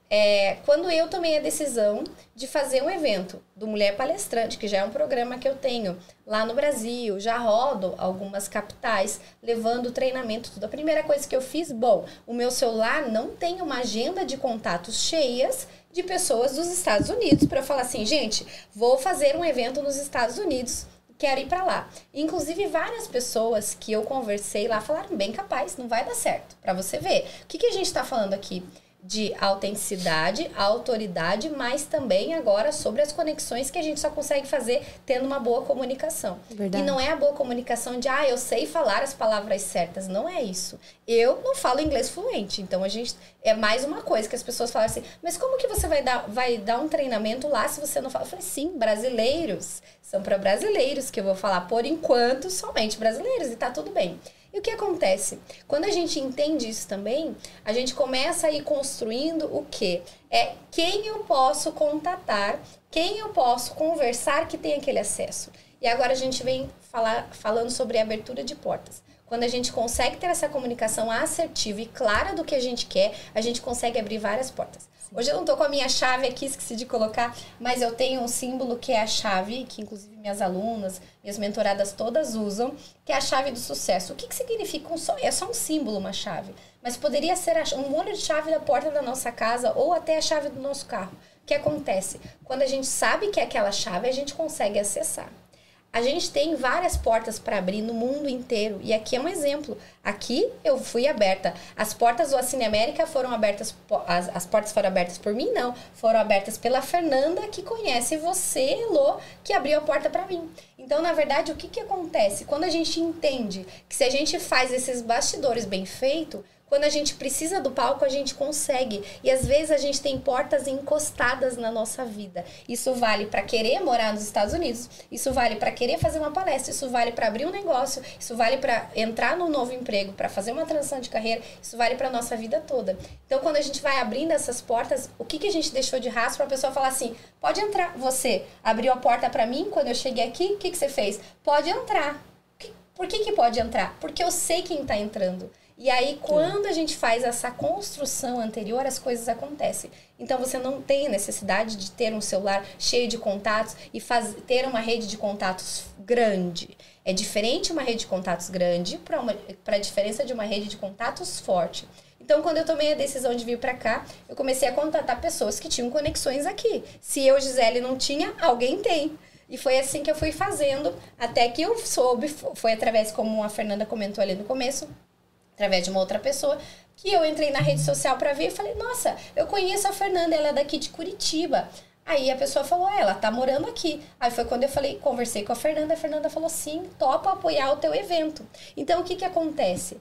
quando eu tomei a decisão de fazer um evento do Mulher Palestrante, que já é um programa que eu tenho lá no Brasil, já rodo algumas capitais, levando treinamento, tudo. A primeira coisa que eu fiz, o meu celular não tem uma agenda de contatos cheias de pessoas dos Estados Unidos para eu falar assim, gente, vou fazer um evento nos Estados Unidos, quero ir para lá. Inclusive, várias pessoas que eu conversei lá falaram, bem capaz, não vai dar certo, para você ver. O que a gente está falando aqui? De autenticidade, autoridade, mas também agora sobre as conexões que a gente só consegue fazer tendo uma boa comunicação. Verdade. E não é a boa comunicação de, eu sei falar as palavras certas. Não é isso. Eu não falo inglês fluente, então a gente... É mais uma coisa que as pessoas falam assim, mas como que você vai dar um treinamento lá se você não fala? Eu falei, sim, brasileiros. São para brasileiros que eu vou falar, por enquanto, somente brasileiros, e tá tudo bem. E o que acontece? Quando a gente entende isso também, a gente começa a ir construindo o quê? Quem eu posso contatar, quem eu posso conversar que tem aquele acesso. E agora a gente vem falando sobre a abertura de portas. Quando a gente consegue ter essa comunicação assertiva e clara do que a gente quer, a gente consegue abrir várias portas. Hoje eu não tô com a minha chave aqui, esqueci de colocar, mas eu tenho um símbolo que é a chave, que inclusive minhas alunas, minhas mentoradas todas usam, que é a chave do sucesso. O que significa é só um símbolo, uma chave, mas poderia ser um molho de chave da porta da nossa casa ou até a chave do nosso carro. O que acontece? Quando a gente sabe que é aquela chave, a gente consegue acessar. A gente tem várias portas para abrir no mundo inteiro. E aqui é um exemplo. Aqui eu fui aberta. As portas do Assine América foram abertas... As portas foram abertas por mim, não. Foram abertas pela Fernanda, que conhece você, Elô, que abriu a porta para mim. Então, na verdade, o que acontece? Quando a gente entende que se a gente faz esses bastidores bem feitos... Quando a gente precisa do palco, a gente consegue. E às vezes a gente tem portas encostadas na nossa vida. Isso vale para querer morar nos Estados Unidos. Isso vale para querer fazer uma palestra. Isso vale para abrir um negócio. Isso vale para entrar num novo emprego, para fazer uma transição de carreira. Isso vale para nossa vida toda. Então, quando a gente vai abrindo essas portas, o que a gente deixou de rastro para a pessoa falar assim, pode entrar. Você abriu a porta para mim quando eu cheguei aqui, o que você fez? Pode entrar. Por que pode entrar? Porque eu sei quem está entrando. E aí, quando a gente faz essa construção anterior, as coisas acontecem. Então, você não tem necessidade de ter um celular cheio de contatos e ter uma rede de contatos grande. É diferente uma rede de contatos grande para a diferença de uma rede de contatos forte. Então, quando eu tomei a decisão de vir para cá, eu comecei a contatar pessoas que tinham conexões aqui. Se eu, Gisele, não tinha, alguém tem. E foi assim que eu fui fazendo, até que eu soube, foi através, como a Fernanda comentou ali no começo, através de uma outra pessoa, que eu entrei na rede social para ver e falei, nossa, eu conheço a Fernanda, ela é daqui de Curitiba. Aí a pessoa falou, ela tá morando aqui. Aí foi quando eu conversei com a Fernanda falou, sim, topa apoiar o teu evento. Então, o que acontece?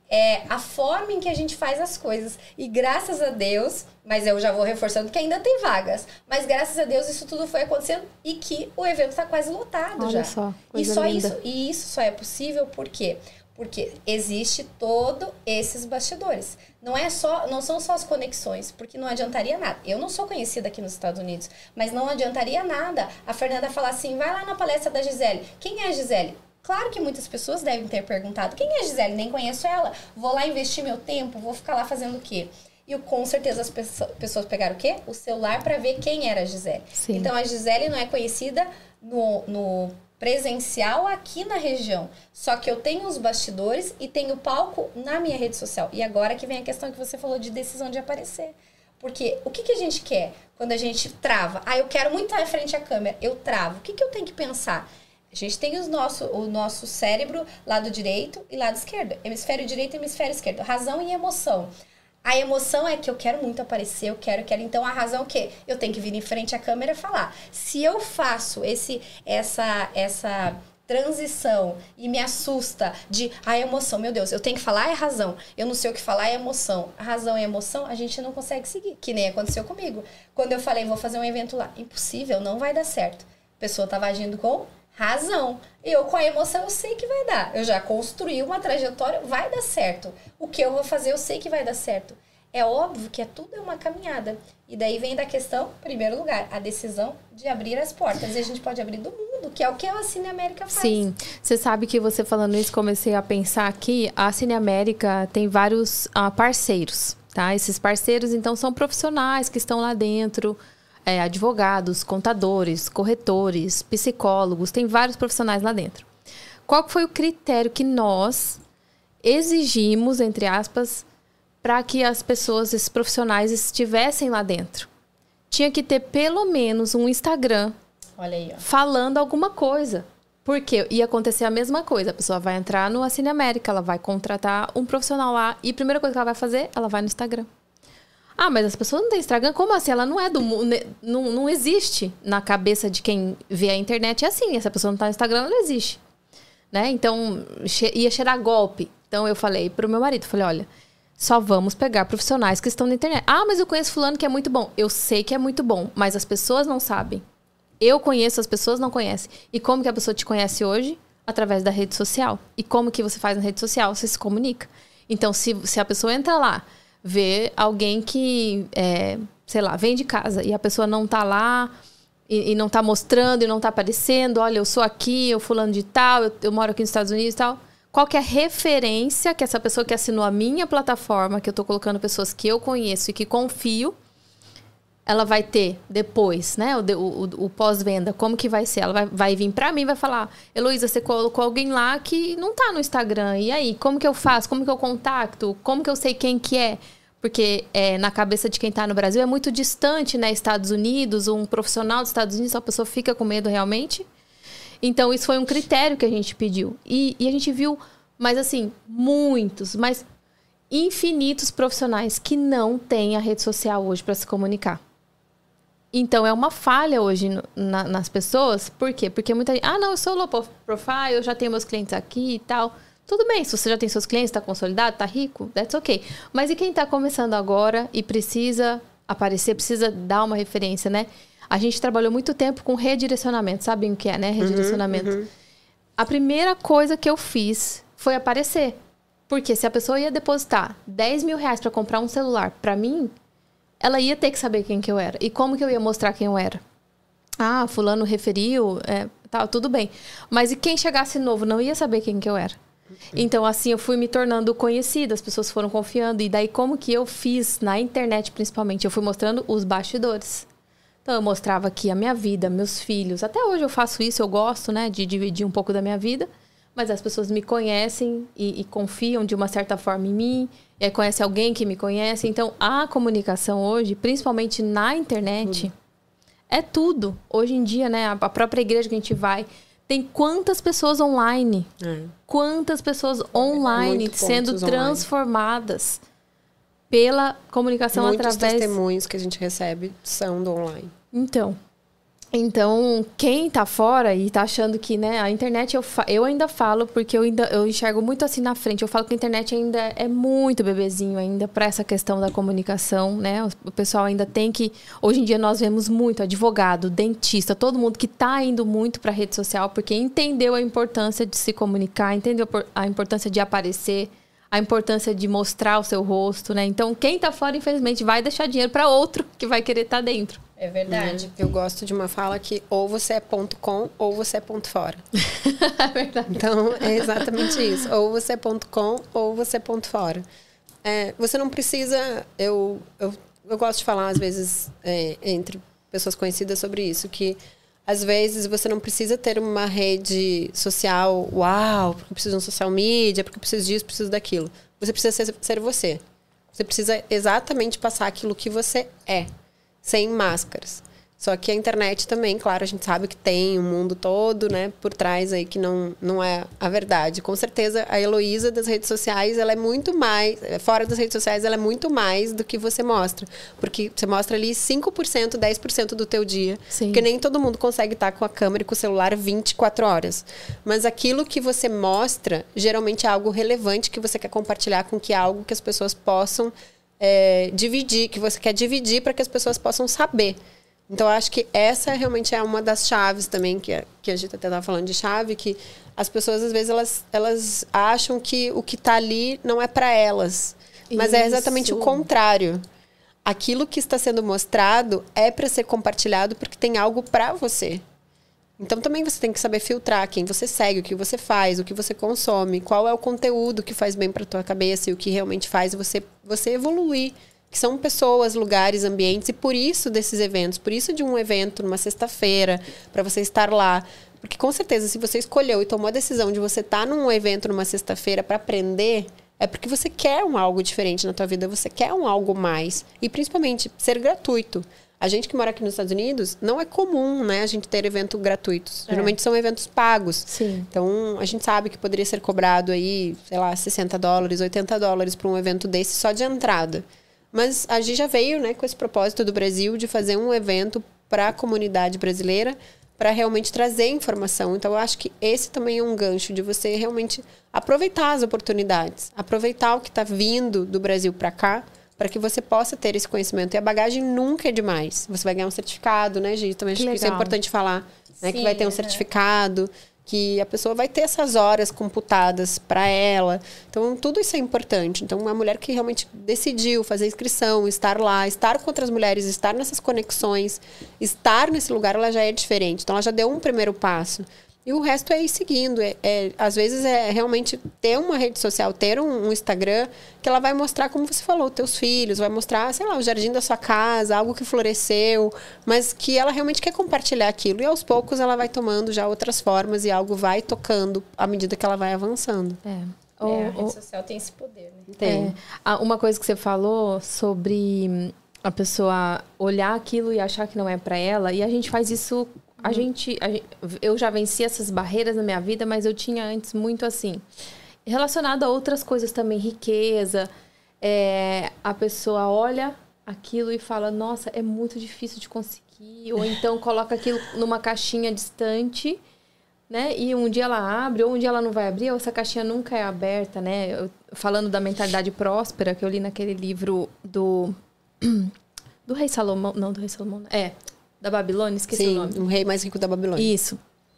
É a forma em que a gente faz as coisas. E graças a Deus, mas eu já vou reforçando que ainda tem vagas, mas graças a Deus isso tudo foi acontecendo e que o evento tá quase lotado. Olha já. Só, E isso só é possível por quê? Porque existe todos esses bastidores. Não são só as conexões, porque não adiantaria nada. Eu não sou conhecida aqui nos Estados Unidos, mas não adiantaria nada a Fernanda falar assim, vai lá na palestra da Gisele. Quem é a Gisele? Claro que muitas pessoas devem ter perguntado, quem é a Gisele? Nem conheço ela. Vou lá investir meu tempo, vou ficar lá fazendo o quê? E com certeza as pessoas pegaram o quê? O celular para ver quem era a Gisele. Sim. Então a Gisele não é conhecida no presencial aqui na região. Só que eu tenho os bastidores e tenho palco na minha rede social. E agora que vem a questão que você falou de decisão de aparecer. Porque o que a gente quer quando a gente trava? Eu quero muito estar frente à câmera. Eu travo. O que eu tenho que pensar? A gente tem o nosso cérebro, lado direito e lado esquerdo. Hemisfério direito e hemisfério esquerdo. Razão e emoção. A emoção é que eu quero muito aparecer, eu quero. Então, a razão é o quê? Eu tenho que vir em frente à câmera e falar. Se eu faço essa transição e me assusta de a emoção, meu Deus, eu tenho que falar é razão. Eu não sei o que falar é emoção. A razão e a emoção, a gente não consegue seguir. Que nem aconteceu comigo. Quando eu falei, vou fazer um evento lá. Impossível, não vai dar certo. A pessoa estava agindo com razão. Eu, com a emoção, eu sei que vai dar. Eu já construí uma trajetória, vai dar certo. O que eu vou fazer, eu sei que vai dar certo. É óbvio que tudo é uma caminhada. E daí vem da questão, em primeiro lugar, a decisão de abrir as portas. E a gente pode abrir do mundo, que é o que a Assine América faz. Sim. Você sabe que você falando isso, comecei a pensar aqui, a Assine América tem vários parceiros. tá? Esses parceiros, então, são profissionais que estão lá dentro, advogados, contadores, corretores, psicólogos, tem vários profissionais lá dentro. Qual foi o critério que nós exigimos, entre aspas, para que as pessoas, esses profissionais, estivessem lá dentro? Tinha que ter pelo menos um Instagram, olha aí, ó, falando alguma coisa. Porque ia acontecer a mesma coisa. A pessoa vai entrar no Assine América, ela vai contratar um profissional lá e a primeira coisa que ela vai fazer, ela vai no Instagram. Ah, mas as pessoas não têm Instagram? Como assim? Ela não é do mundo, não existe na cabeça de quem vê a internet. É assim, essa pessoa não tá no Instagram, ela não existe. Né? Então, ia cheirar golpe. Então, eu falei pro meu marido, falei, olha, só vamos pegar profissionais que estão na internet. Ah, mas eu conheço fulano que é muito bom. Eu sei que é muito bom, mas as pessoas não sabem. Eu conheço, as pessoas não conhecem. E como que a pessoa te conhece hoje? Através da rede social. E como que você faz na rede social? Você se comunica. Então, se a pessoa entra lá, vê alguém que, sei lá, vem de casa e a pessoa não tá lá e não tá mostrando e não tá aparecendo, olha, eu sou aqui, eu fulano de tal, eu moro aqui nos Estados Unidos e tal. Qual que é a referência que essa pessoa que assinou a minha plataforma, que eu tô colocando pessoas que eu conheço e que confio, ela vai ter depois, né? O pós-venda, como que vai ser? Ela vai vir pra mim e vai falar, Heloísa, você colocou alguém lá que não tá no Instagram. E aí, como que eu faço? Como que eu contacto? Como que eu sei quem que é? Porque na cabeça de quem tá no Brasil é muito distante, né? Estados Unidos, um profissional dos Estados Unidos, a pessoa fica com medo realmente. Então, isso foi um critério que a gente pediu. E a gente viu, mas assim, mas infinitos profissionais que não têm a rede social hoje para se comunicar. Então, é uma falha hoje nas pessoas. Por quê? Porque muita gente... Ah, não, eu sou low profile, eu já tenho meus clientes aqui e tal. Tudo bem, se você já tem seus clientes, está consolidado, está rico, that's ok. Mas e quem está começando agora e precisa aparecer, precisa dar uma referência, né? A gente trabalhou muito tempo com redirecionamento. Sabem o que é, né? Redirecionamento. A primeira coisa que eu fiz foi aparecer. Porque se a pessoa ia depositar 10 mil reais para comprar um celular para mim... ela ia ter que saber quem que eu era. E como que eu ia mostrar quem eu era? Ah, fulano referiu, tal, tudo bem. Mas e quem chegasse novo não ia saber quem que eu era? Então, assim, eu fui me tornando conhecida, as pessoas foram confiando. E daí, como que eu fiz na internet, principalmente? Eu fui mostrando os bastidores. Então, eu mostrava aqui a minha vida, meus filhos. Até hoje eu faço isso, eu gosto, né, de dividir um pouco da minha vida. Mas as pessoas me conhecem e confiam de uma certa forma em mim. E aí conhece alguém que me conhece. Então, a comunicação hoje, principalmente na internet, é tudo. Hoje em dia, né? A própria igreja que a gente vai, tem quantas pessoas online? Quantas pessoas online sendo transformadas pela comunicação através... Muitos testemunhos que a gente recebe são do online. Então, quem tá fora e tá achando que, né, a internet, eu ainda falo, porque eu enxergo muito assim na frente. Eu falo que a internet ainda é muito bebezinho ainda para essa questão da comunicação, né? O pessoal ainda tem que... Hoje em dia nós vemos muito advogado, dentista, todo mundo que tá indo muito pra rede social, porque entendeu a importância de se comunicar, entendeu a importância de aparecer, a importância de mostrar o seu rosto, né? Então, quem tá fora, infelizmente, vai deixar dinheiro para outro que vai querer estar dentro. É verdade. Eu gosto de uma fala que ou você é ponto .com ou você é ponto .fora. É verdade. Então, é exatamente isso. Ou você é ponto .com ou você é ponto .fora. Você não precisa... Eu gosto de falar, às vezes, entre pessoas conhecidas sobre isso, que às vezes você não precisa ter uma rede social, uau, porque eu preciso de um social media, porque eu preciso disso, preciso daquilo. Você precisa ser você. Você precisa exatamente passar aquilo que você é. Sem máscaras. Só que a internet também, claro, a gente sabe que tem um mundo todo, né, por trás aí que não é a verdade. Com certeza, a Heloísa das redes sociais, ela é muito mais... Fora das redes sociais, ela é muito mais do que você mostra. Porque você mostra ali 5%, 10% do teu dia. Sim. Porque nem todo mundo consegue estar com a câmera e com o celular 24 horas. Mas aquilo que você mostra, geralmente é algo relevante que você quer compartilhar com que é algo que as pessoas possam... dividir, que você quer dividir para que as pessoas possam saber. Então, eu acho que essa realmente é uma das chaves também, que a gente até estava falando de chave, que as pessoas, às vezes, elas acham que o que está ali não é para elas. Mas é exatamente o contrário. Aquilo que está sendo mostrado é para ser compartilhado porque tem algo para você. Então também você tem que saber filtrar quem você segue, o que você faz, o que você consome, qual é o conteúdo que faz bem para tua cabeça e o que realmente faz você evoluir. Que são pessoas, lugares, ambientes, e por isso desses eventos, por isso de um evento numa sexta-feira, para você estar lá. Porque com certeza, se você escolheu e tomou a decisão de você estar num evento numa sexta-feira para aprender, é porque você quer algo diferente na tua vida, você quer algo mais. E principalmente, ser gratuito. A gente que mora aqui nos Estados Unidos, não é comum, né, a gente ter eventos gratuitos. Geralmente são eventos pagos. Sim. Então, a gente sabe que poderia ser cobrado aí, sei lá, $60, $80 para um evento desse só de entrada. Mas a gente já veio, né, com esse propósito do Brasil de fazer um evento para a comunidade brasileira, para realmente trazer informação. Então, eu acho que esse também é um gancho de você realmente aproveitar as oportunidades, aproveitar o que está vindo do Brasil para cá, para que você possa ter esse conhecimento. E a bagagem nunca é demais. Você vai ganhar um certificado, né, Gi? Também acho que isso é importante falar, né? Sim, que vai ter um certificado, que a pessoa vai ter essas horas computadas para ela. Então, tudo isso é importante. Então, uma mulher que realmente decidiu fazer inscrição, estar lá, estar com outras mulheres, estar nessas conexões, estar nesse lugar, ela já é diferente. Então, ela já deu um primeiro passo. E o resto é ir seguindo. Às vezes é realmente ter uma rede social, ter um Instagram, que ela vai mostrar, como você falou, teus filhos, vai mostrar, sei lá, o jardim da sua casa, algo que floresceu, mas que ela realmente quer compartilhar aquilo. E aos poucos ela vai tomando já outras formas e algo vai tocando à medida que ela vai avançando. A rede social tem esse poder, né? Tem. Uma coisa que você falou sobre a pessoa olhar aquilo e achar que não é para ela, e a gente faz isso... Eu já venci essas barreiras na minha vida, mas eu tinha antes muito assim, relacionado a outras coisas também, riqueza. A pessoa olha aquilo e fala, nossa, é muito difícil de conseguir. Ou então coloca aquilo numa caixinha distante, né? E um dia ela abre, ou um dia ela não vai abrir, ou essa caixinha nunca é aberta, né? Falando da mentalidade próspera, que eu li naquele livro do Rei Salomão. Não, do Rei Salomão. Da Babilônia, esqueci o nome. Sim, o rei mais rico da Babilônia. Isso.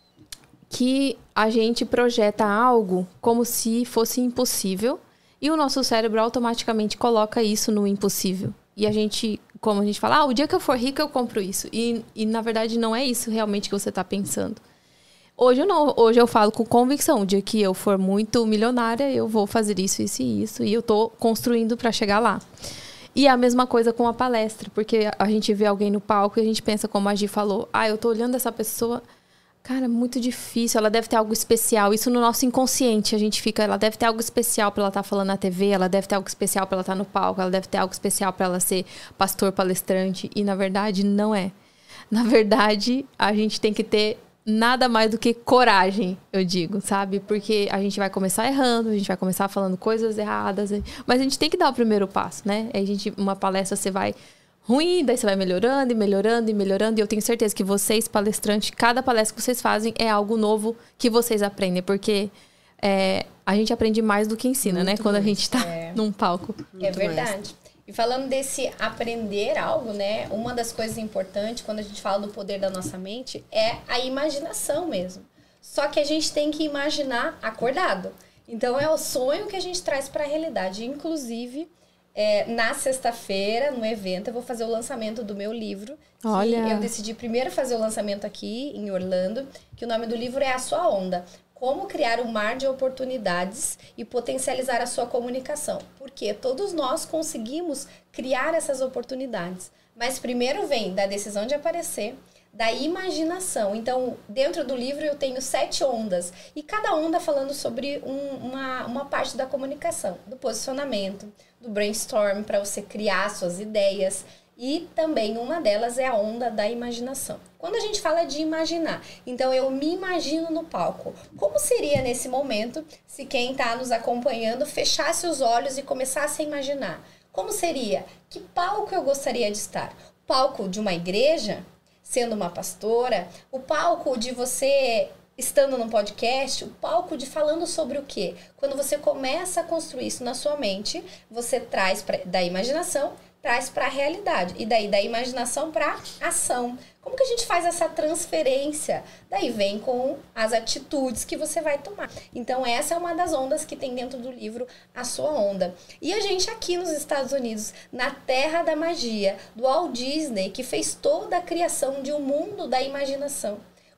Que a gente projeta algo como se fosse impossível e o nosso cérebro automaticamente coloca isso no impossível. E a gente, como a gente fala, o dia que eu for rica eu compro isso. E na verdade não é isso realmente que você está pensando. Hoje eu falo com convicção, o dia que eu for muito milionária eu vou fazer isso, isso e isso. E eu tô construindo para chegar lá. E a mesma coisa com a palestra, porque a gente vê alguém no palco e a gente pensa, como a Gi falou, eu tô olhando essa pessoa, cara, muito difícil, ela deve ter algo especial. Isso no nosso inconsciente, a gente fica, ela deve ter algo especial para ela estar falando na TV, ela deve ter algo especial para ela estar no palco, ela deve ter algo especial para ela ser pastor, palestrante, e na verdade não é. Na verdade, a gente tem que ter nada mais do que coragem, eu digo, sabe? Porque a gente vai começar errando, a gente vai começar falando coisas erradas, mas a gente tem que dar o primeiro passo, né? Uma palestra você vai ruim, daí você vai melhorando e melhorando e melhorando, e eu tenho certeza que vocês, palestrantes, cada palestra que vocês fazem é algo novo que vocês aprendem, porque a gente aprende mais do que ensina, muito, né? Quando a gente tá num palco. É verdade. E falando desse aprender algo, né? Uma das coisas importantes quando a gente fala do poder da nossa mente é a imaginação mesmo. Só que a gente tem que imaginar acordado. Então é o sonho que a gente traz para a realidade. Inclusive, na sexta-feira, no evento, eu vou fazer o lançamento do meu livro. Olha. Eu decidi primeiro fazer o lançamento aqui em Orlando, que o nome do livro é A Sua Onda. Como criar um mar de oportunidades e potencializar a sua comunicação. Porque todos nós conseguimos criar essas oportunidades. Mas primeiro vem da decisão de aparecer, da imaginação. Então, dentro do livro eu tenho 7 ondas. E cada onda falando sobre uma parte da comunicação. Do posicionamento, do brainstorm, para você criar suas ideias. E também uma delas é a onda da imaginação. Quando a gente fala de imaginar, então eu me imagino no palco. Como seria nesse momento se quem está nos acompanhando fechasse os olhos e começasse a imaginar? Como seria? Que palco eu gostaria de estar? O palco de uma igreja, sendo uma pastora? O palco de você estando num podcast? O palco de falando sobre o quê? Quando você começa a construir isso na sua mente, você traz da imaginação, traz para a realidade. E daí da imaginação para ação. Como que a gente faz essa transferência? Daí vem com as atitudes que você vai tomar. Então essa é uma das ondas que tem dentro do livro A Sua Onda. E a gente aqui nos Estados Unidos, na terra da magia, do Walt Disney, que fez toda a criação de um mundo da imaginação.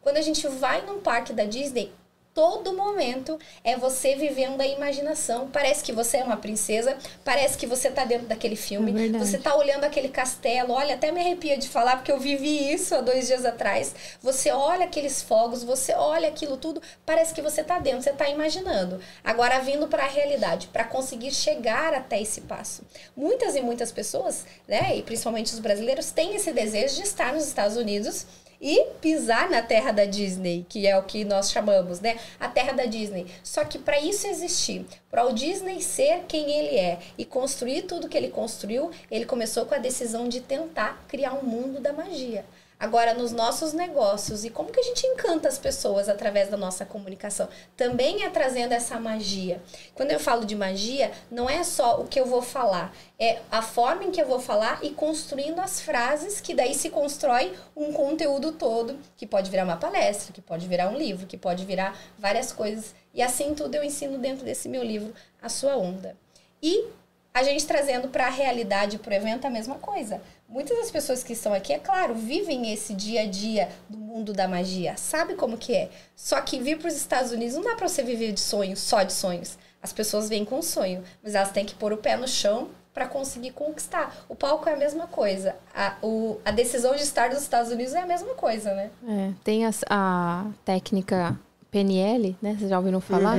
Quando a gente vai num parque da Disney, todo momento é você vivendo a imaginação. Parece que você é uma princesa, parece que você tá dentro daquele filme, você tá olhando aquele castelo. Olha, até me arrepia de falar, porque eu vivi isso há 2 dias atrás. Você olha aqueles fogos, você olha aquilo tudo, parece que você tá dentro, você tá imaginando. Agora, vindo para a realidade, para conseguir chegar até esse passo. Muitas e muitas pessoas, né, e principalmente os brasileiros, têm esse desejo de estar nos Estados Unidos e pisar na terra da Disney, que é o que nós chamamos, né? A terra da Disney. Só que para isso existir, para o Disney ser quem ele é e construir tudo que ele construiu, ele começou com a decisão de tentar criar um mundo da magia. Agora, nos nossos negócios, e como que a gente encanta as pessoas através da nossa comunicação? Também é trazendo essa magia. Quando eu falo de magia, não é só o que eu vou falar, é a forma em que eu vou falar e construindo as frases, que daí se constrói um conteúdo todo, que pode virar uma palestra, que pode virar um livro, que pode virar várias coisas. E assim tudo eu ensino dentro desse meu livro, A Sua Onda. E a gente trazendo para a realidade, para o evento, a mesma coisa. Muitas das pessoas que estão aqui, é claro, vivem esse dia a dia do mundo da magia. Sabe como que é? Só que vir para os Estados Unidos não dá para você viver de sonhos, só de sonhos. As pessoas vêm com sonho, mas elas têm que pôr o pé no chão para conseguir conquistar. O palco é a mesma coisa. A decisão de estar nos Estados Unidos é a mesma coisa, né? Tem a técnica PNL, né? Vocês já ouviram falar?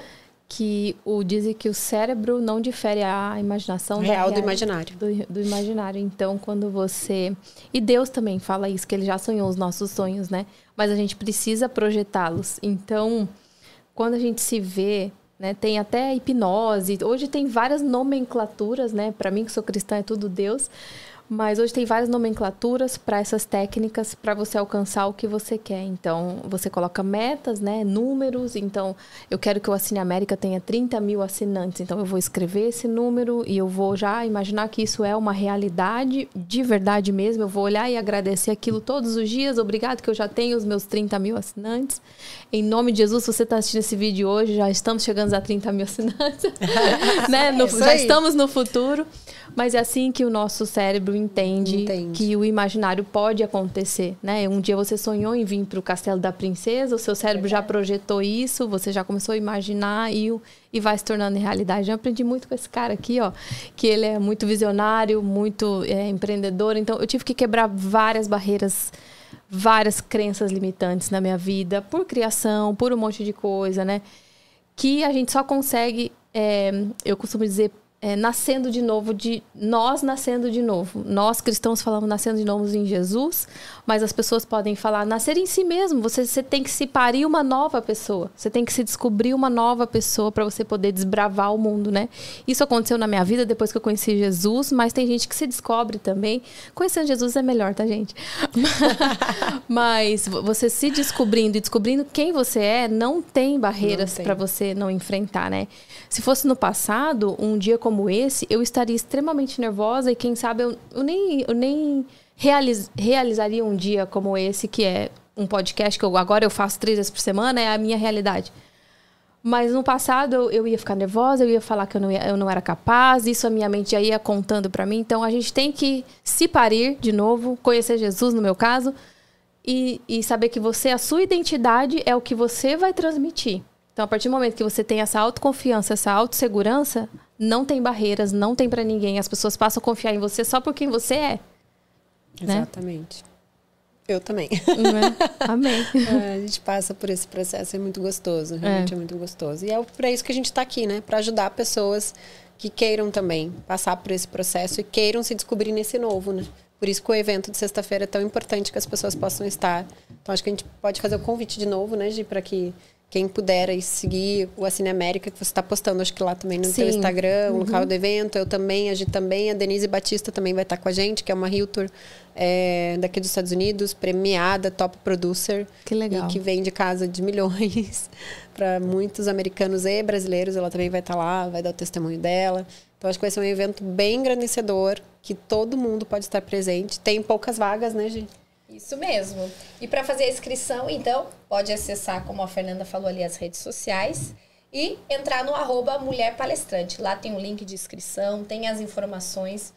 Que dizem que o cérebro não difere a imaginação real do imaginário. Do imaginário. Então, quando você... E Deus também fala isso, que ele já sonhou os nossos sonhos, né? Mas a gente precisa projetá-los. Então, quando a gente se vê, né? Tem até hipnose. Hoje tem várias nomenclaturas, né? Para mim, que sou cristã, é tudo Deus. Mas hoje tem várias nomenclaturas para essas técnicas para você alcançar o que você quer. Então, você coloca metas, né? Números. Então, eu quero que o Assine América tenha 30 mil assinantes. Então, eu vou escrever esse número e eu vou já imaginar que isso é uma realidade de verdade mesmo. Eu vou olhar e agradecer aquilo todos os dias. Obrigado que eu já tenho os meus 30 mil assinantes. Em nome de Jesus, se você está assistindo esse vídeo hoje, já estamos chegando a 30 mil assinantes. Né? Já estamos no futuro. Mas é assim que o nosso cérebro entende que o imaginário pode acontecer, né? Um dia você sonhou em vir para o Castelo da Princesa, o seu cérebro já projetou isso, você já começou a imaginar e vai se tornando realidade. Eu aprendi muito com esse cara aqui, ó, que ele é muito visionário, muito empreendedor. Então, eu tive que quebrar várias barreiras, várias crenças limitantes na minha vida, por criação, por um monte de coisa, né? Que a gente só consegue, eu costumo dizer, nascendo de novo, nós nascendo de novo. Nós cristãos falamos nascendo de novo em Jesus, mas as pessoas podem falar nascer em si mesmo. Você tem que se parir uma nova pessoa. Você tem que se descobrir uma nova pessoa para você poder desbravar o mundo, né? Isso aconteceu na minha vida depois que eu conheci Jesus, mas tem gente que se descobre também. Conhecendo Jesus é melhor, tá, gente? Mas você se descobrindo e descobrindo quem você é, não tem barreiras para você não enfrentar, né? Se fosse no passado, um dia como esse, eu estaria extremamente nervosa e quem sabe eu nem realizaria um dia como esse, que é um podcast que agora eu faço 3 vezes por semana, é a minha realidade. Mas no passado eu ia ficar nervosa, eu ia falar que eu não era capaz, isso a minha mente já ia contando para mim. Então a gente tem que se parir de novo, conhecer Jesus no meu caso, e saber que a sua identidade é o que você vai transmitir. Então, a partir do momento que você tem essa autoconfiança, essa autossegurança, não tem barreiras, não tem pra ninguém. As pessoas passam a confiar em você só por quem você é. Exatamente. Né? Eu também. Amém. A gente passa por esse processo, é muito gostoso. Realmente é muito gostoso. E é para isso que a gente tá aqui, né? Para ajudar pessoas que queiram também passar por esse processo e queiram se descobrir nesse novo, né? Por isso que o evento de sexta-feira é tão importante que as pessoas possam estar. Então, acho que a gente pode fazer o convite de novo, né, Gi? Para que quem puder aí seguir o Assine América, que você está postando, acho que lá também no teu Instagram, o local do evento. Eu também, a Gi também, a Denise Batista também vai estar com a gente, que é uma realtor daqui dos Estados Unidos, premiada, top producer. Que legal. E que vende casa de milhões para muitos americanos e brasileiros. Ela também vai estar lá, vai dar o testemunho dela. Então, acho que vai ser um evento bem engrandecedor, que todo mundo pode estar presente. Tem poucas vagas, né, Gi? Isso mesmo. E para fazer a inscrição, então, pode acessar, como a Fernanda falou ali, as redes sociais e entrar no @mulherpalestrante. Lá tem um link de inscrição, tem as informações.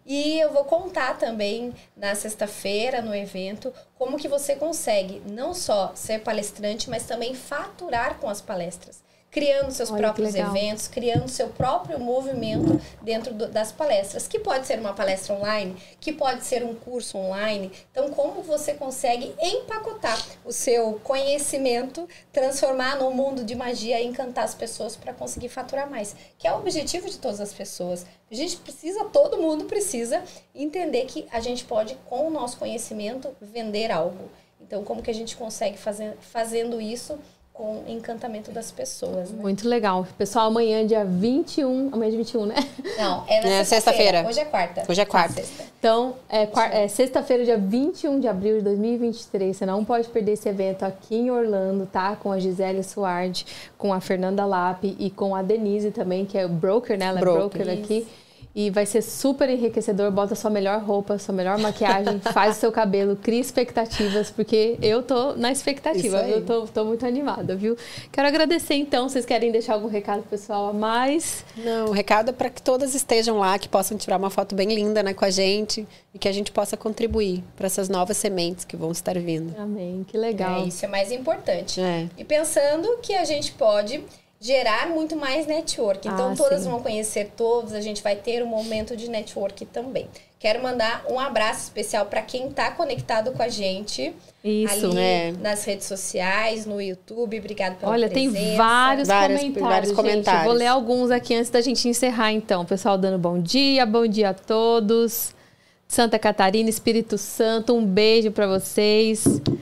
E eu vou contar também na sexta-feira, no evento, como que você consegue não só ser palestrante, mas também faturar com as palestras. Criando seus próprios eventos, criando seu próprio movimento dentro das palestras, que pode ser uma palestra online, que pode ser um curso online. Então, como você consegue empacotar o seu conhecimento, transformar num mundo de magia e encantar as pessoas para conseguir faturar mais, que é o objetivo de todas as pessoas. A gente precisa, todo mundo precisa entender que a gente pode, com o nosso conhecimento, vender algo. Então, como que a gente consegue fazendo isso com o encantamento das pessoas, né? Muito legal. Pessoal, amanhã, dia 21... Amanhã é dia 21, né? Não, é na sexta-feira. Hoje é quarta. Hoje é quarta. Então, sexta-feira, dia 21 de abril de 2023. Você não pode perder esse evento aqui em Orlando, tá? Com a Gisele Suardi, com a Fernanda Lappe e com a Denise também, que é broker, né? Ela é broker aqui. E vai ser super enriquecedor. Bota sua melhor roupa, sua melhor maquiagem, faz o seu cabelo, cria expectativas, porque eu tô na expectativa. Eu tô muito animada, viu? Quero agradecer, então. Vocês querem deixar algum recado pessoal a mais? Não, o recado é para que todas estejam lá, que possam tirar uma foto bem linda, né, com a gente e que a gente possa contribuir para essas novas sementes que vão estar vindo. Amém, que legal. Isso é mais importante. E pensando que a gente pode gerar muito mais network. Então, todas vão conhecer todos, a gente vai ter um momento de network também. Quero mandar um abraço especial para quem está conectado com a gente. Isso, ali nas redes sociais, no YouTube. Obrigado pela presença. Olha, tem vários comentários. Gente. Eu vou ler alguns aqui antes da gente encerrar, então. O pessoal dando bom dia a todos. Santa Catarina, Espírito Santo, um beijo para vocês.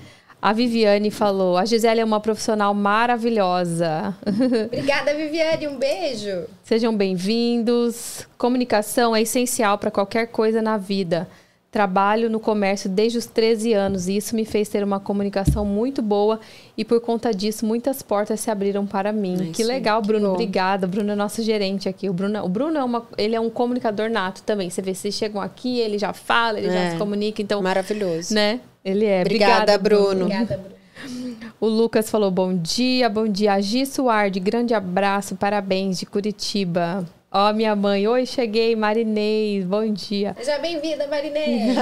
A Viviane falou, a Gisele é uma profissional maravilhosa. Obrigada, Viviane, um beijo. Sejam bem-vindos. Comunicação é essencial para qualquer coisa na vida. Trabalho no comércio desde os 13 anos e isso me fez ter uma comunicação muito boa e por conta disso muitas portas se abriram para mim. Que legal, Bruno. Obrigada. O Bruno é nosso gerente aqui. O Bruno ele é um comunicador nato também. Você vê, vocês chegam aqui, ele já fala, ele já se comunica. Então, maravilhoso. Né? Ele é. Obrigada, Bruno. Obrigada, Bruno. O Lucas falou, bom dia. A Gi Suardi, grande abraço, parabéns, de Curitiba. Ó, minha mãe, oi, cheguei, Marinês, bom dia. Seja bem-vinda, Marinês.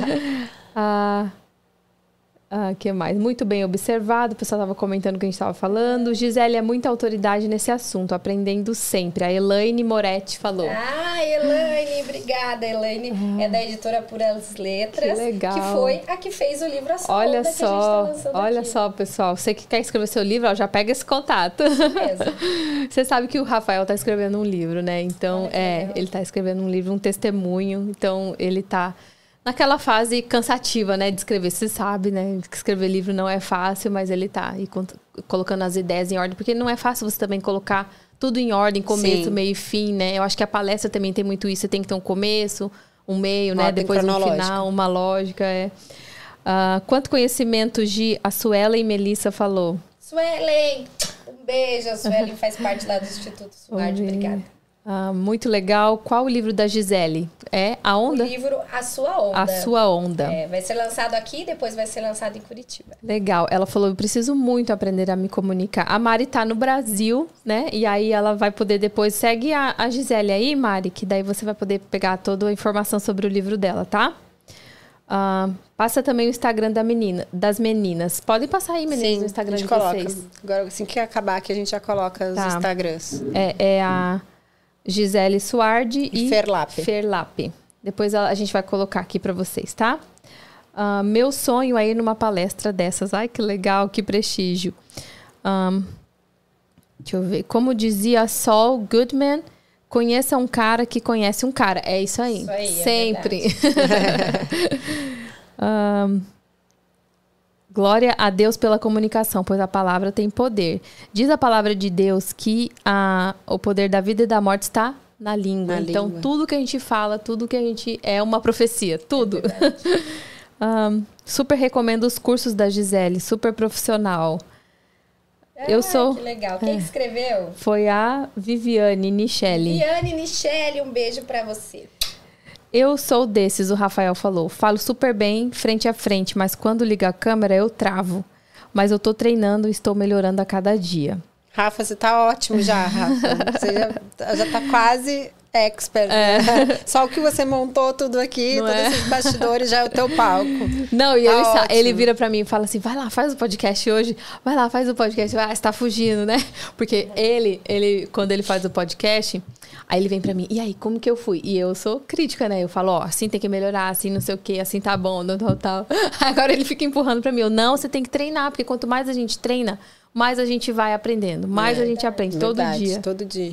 Que mais? Muito bem observado, o pessoal estava comentando o que a gente estava falando. Gisele é muita autoridade nesse assunto, aprendendo sempre. A Elaine Moretti falou. Elaine, obrigada. Elaine é da editora Puras Letras. Que legal. Que foi a que fez o livro A Sua Olha Onda, só, que a gente tá lançando olha aqui. só, pessoal. Você que quer escrever seu livro, ó, já pega esse contato. Isso mesmo. Você sabe que o Rafael está escrevendo um livro, né? Então, ele está escrevendo um livro, um testemunho. Então, ele está naquela fase cansativa, né, de escrever. Você sabe, né, que escrever livro não é fácil, mas ele tá colocando as ideias em ordem, porque não é fácil você também colocar tudo em ordem, começo, meio e fim, né? Eu acho que a palestra também tem muito isso, você tem que ter um começo, um meio, né, depois um final, uma lógica, quanto conhecimento, Gi, a Suelen Melissa falou. Suelen, um beijo, a Suelen faz parte lá do Instituto Suardi, obrigada. Muito legal. Qual o livro da Gisele? É A Onda? O livro A Sua Onda. A Sua Onda. Vai ser lançado aqui e depois vai ser lançado em Curitiba. Legal. Ela falou, eu preciso muito aprender a me comunicar. A Mari tá no Brasil, né? E aí ela vai poder depois... Segue a Gisele aí, Mari, que daí você vai poder pegar toda a informação sobre o livro dela, tá? Passa também o Instagram das meninas. Podem passar aí, meninas, no Instagram de vocês. Agora, assim que acabar aqui, a gente já coloca os Instagrams. É a Gisele Suardi e Ferlape. Depois a gente vai colocar aqui para vocês, tá? Meu sonho é ir numa palestra dessas. Ai, que legal, que prestígio. Deixa eu ver. Como dizia Saul Goodman, conheça um cara que conhece um cara. É isso aí. Isso aí, sempre. Glória a Deus pela comunicação, pois a palavra tem poder. Diz a palavra de Deus que o poder da vida e da morte está na língua. Então, tudo que a gente fala, tudo que a gente... É uma profecia, tudo. Super recomendo os cursos da Gisele, super profissional. Que legal. Quem escreveu? Foi a Viviane Nichelle. Viviane Nichelle, um beijo pra você. Eu sou desses, o Rafael falou. Falo super bem, frente a frente, mas quando liga a câmera eu travo. Mas eu tô treinando e estou melhorando a cada dia. Rafa, você tá ótimo já, Rafa. Você já tá quase expert. Né? Só o que você montou tudo aqui, todos esses bastidores já é o teu palco. Não, e ele vira pra mim e fala assim, vai lá, faz o podcast hoje. Vai lá, faz o podcast. Você tá fugindo, né? Porque ele, quando ele faz o podcast, aí ele vem pra mim, e aí, como que eu fui? E eu sou crítica, né? Eu falo, ó, assim tem que melhorar, assim não sei o quê, assim tá bom, tal. Agora ele fica empurrando pra mim, não, você tem que treinar, porque quanto mais a gente treina, mais a gente vai aprendendo, mais a gente aprende todo dia. Todo dia.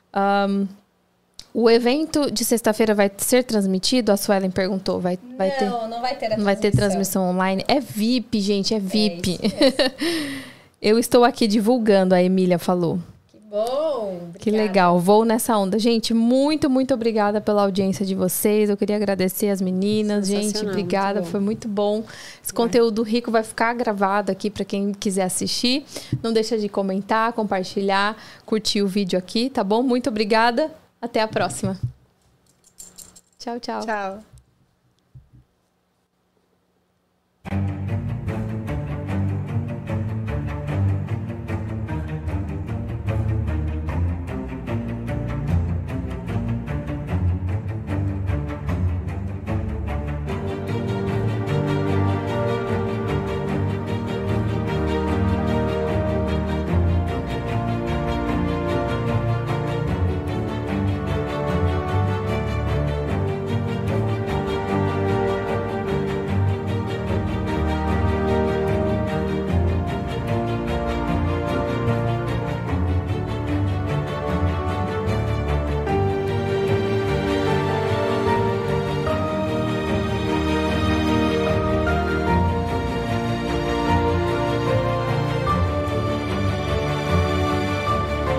O evento de sexta-feira vai ser transmitido? A Suelen perguntou. Não vai ter a transmissão. Não vai ter transmissão online. É VIP, gente, é VIP. É Eu estou aqui divulgando, a Emília falou. Que bom. Obrigada. Que legal, vou nessa onda. Gente, muito, muito obrigada pela audiência de vocês. Eu queria agradecer as meninas. Gente, obrigada, foi muito bom. Esse conteúdo rico vai ficar gravado aqui para quem quiser assistir. Não deixa de comentar, compartilhar, curtir o vídeo aqui, tá bom? Muito obrigada. Até a próxima. Tchau, tchau. Tchau.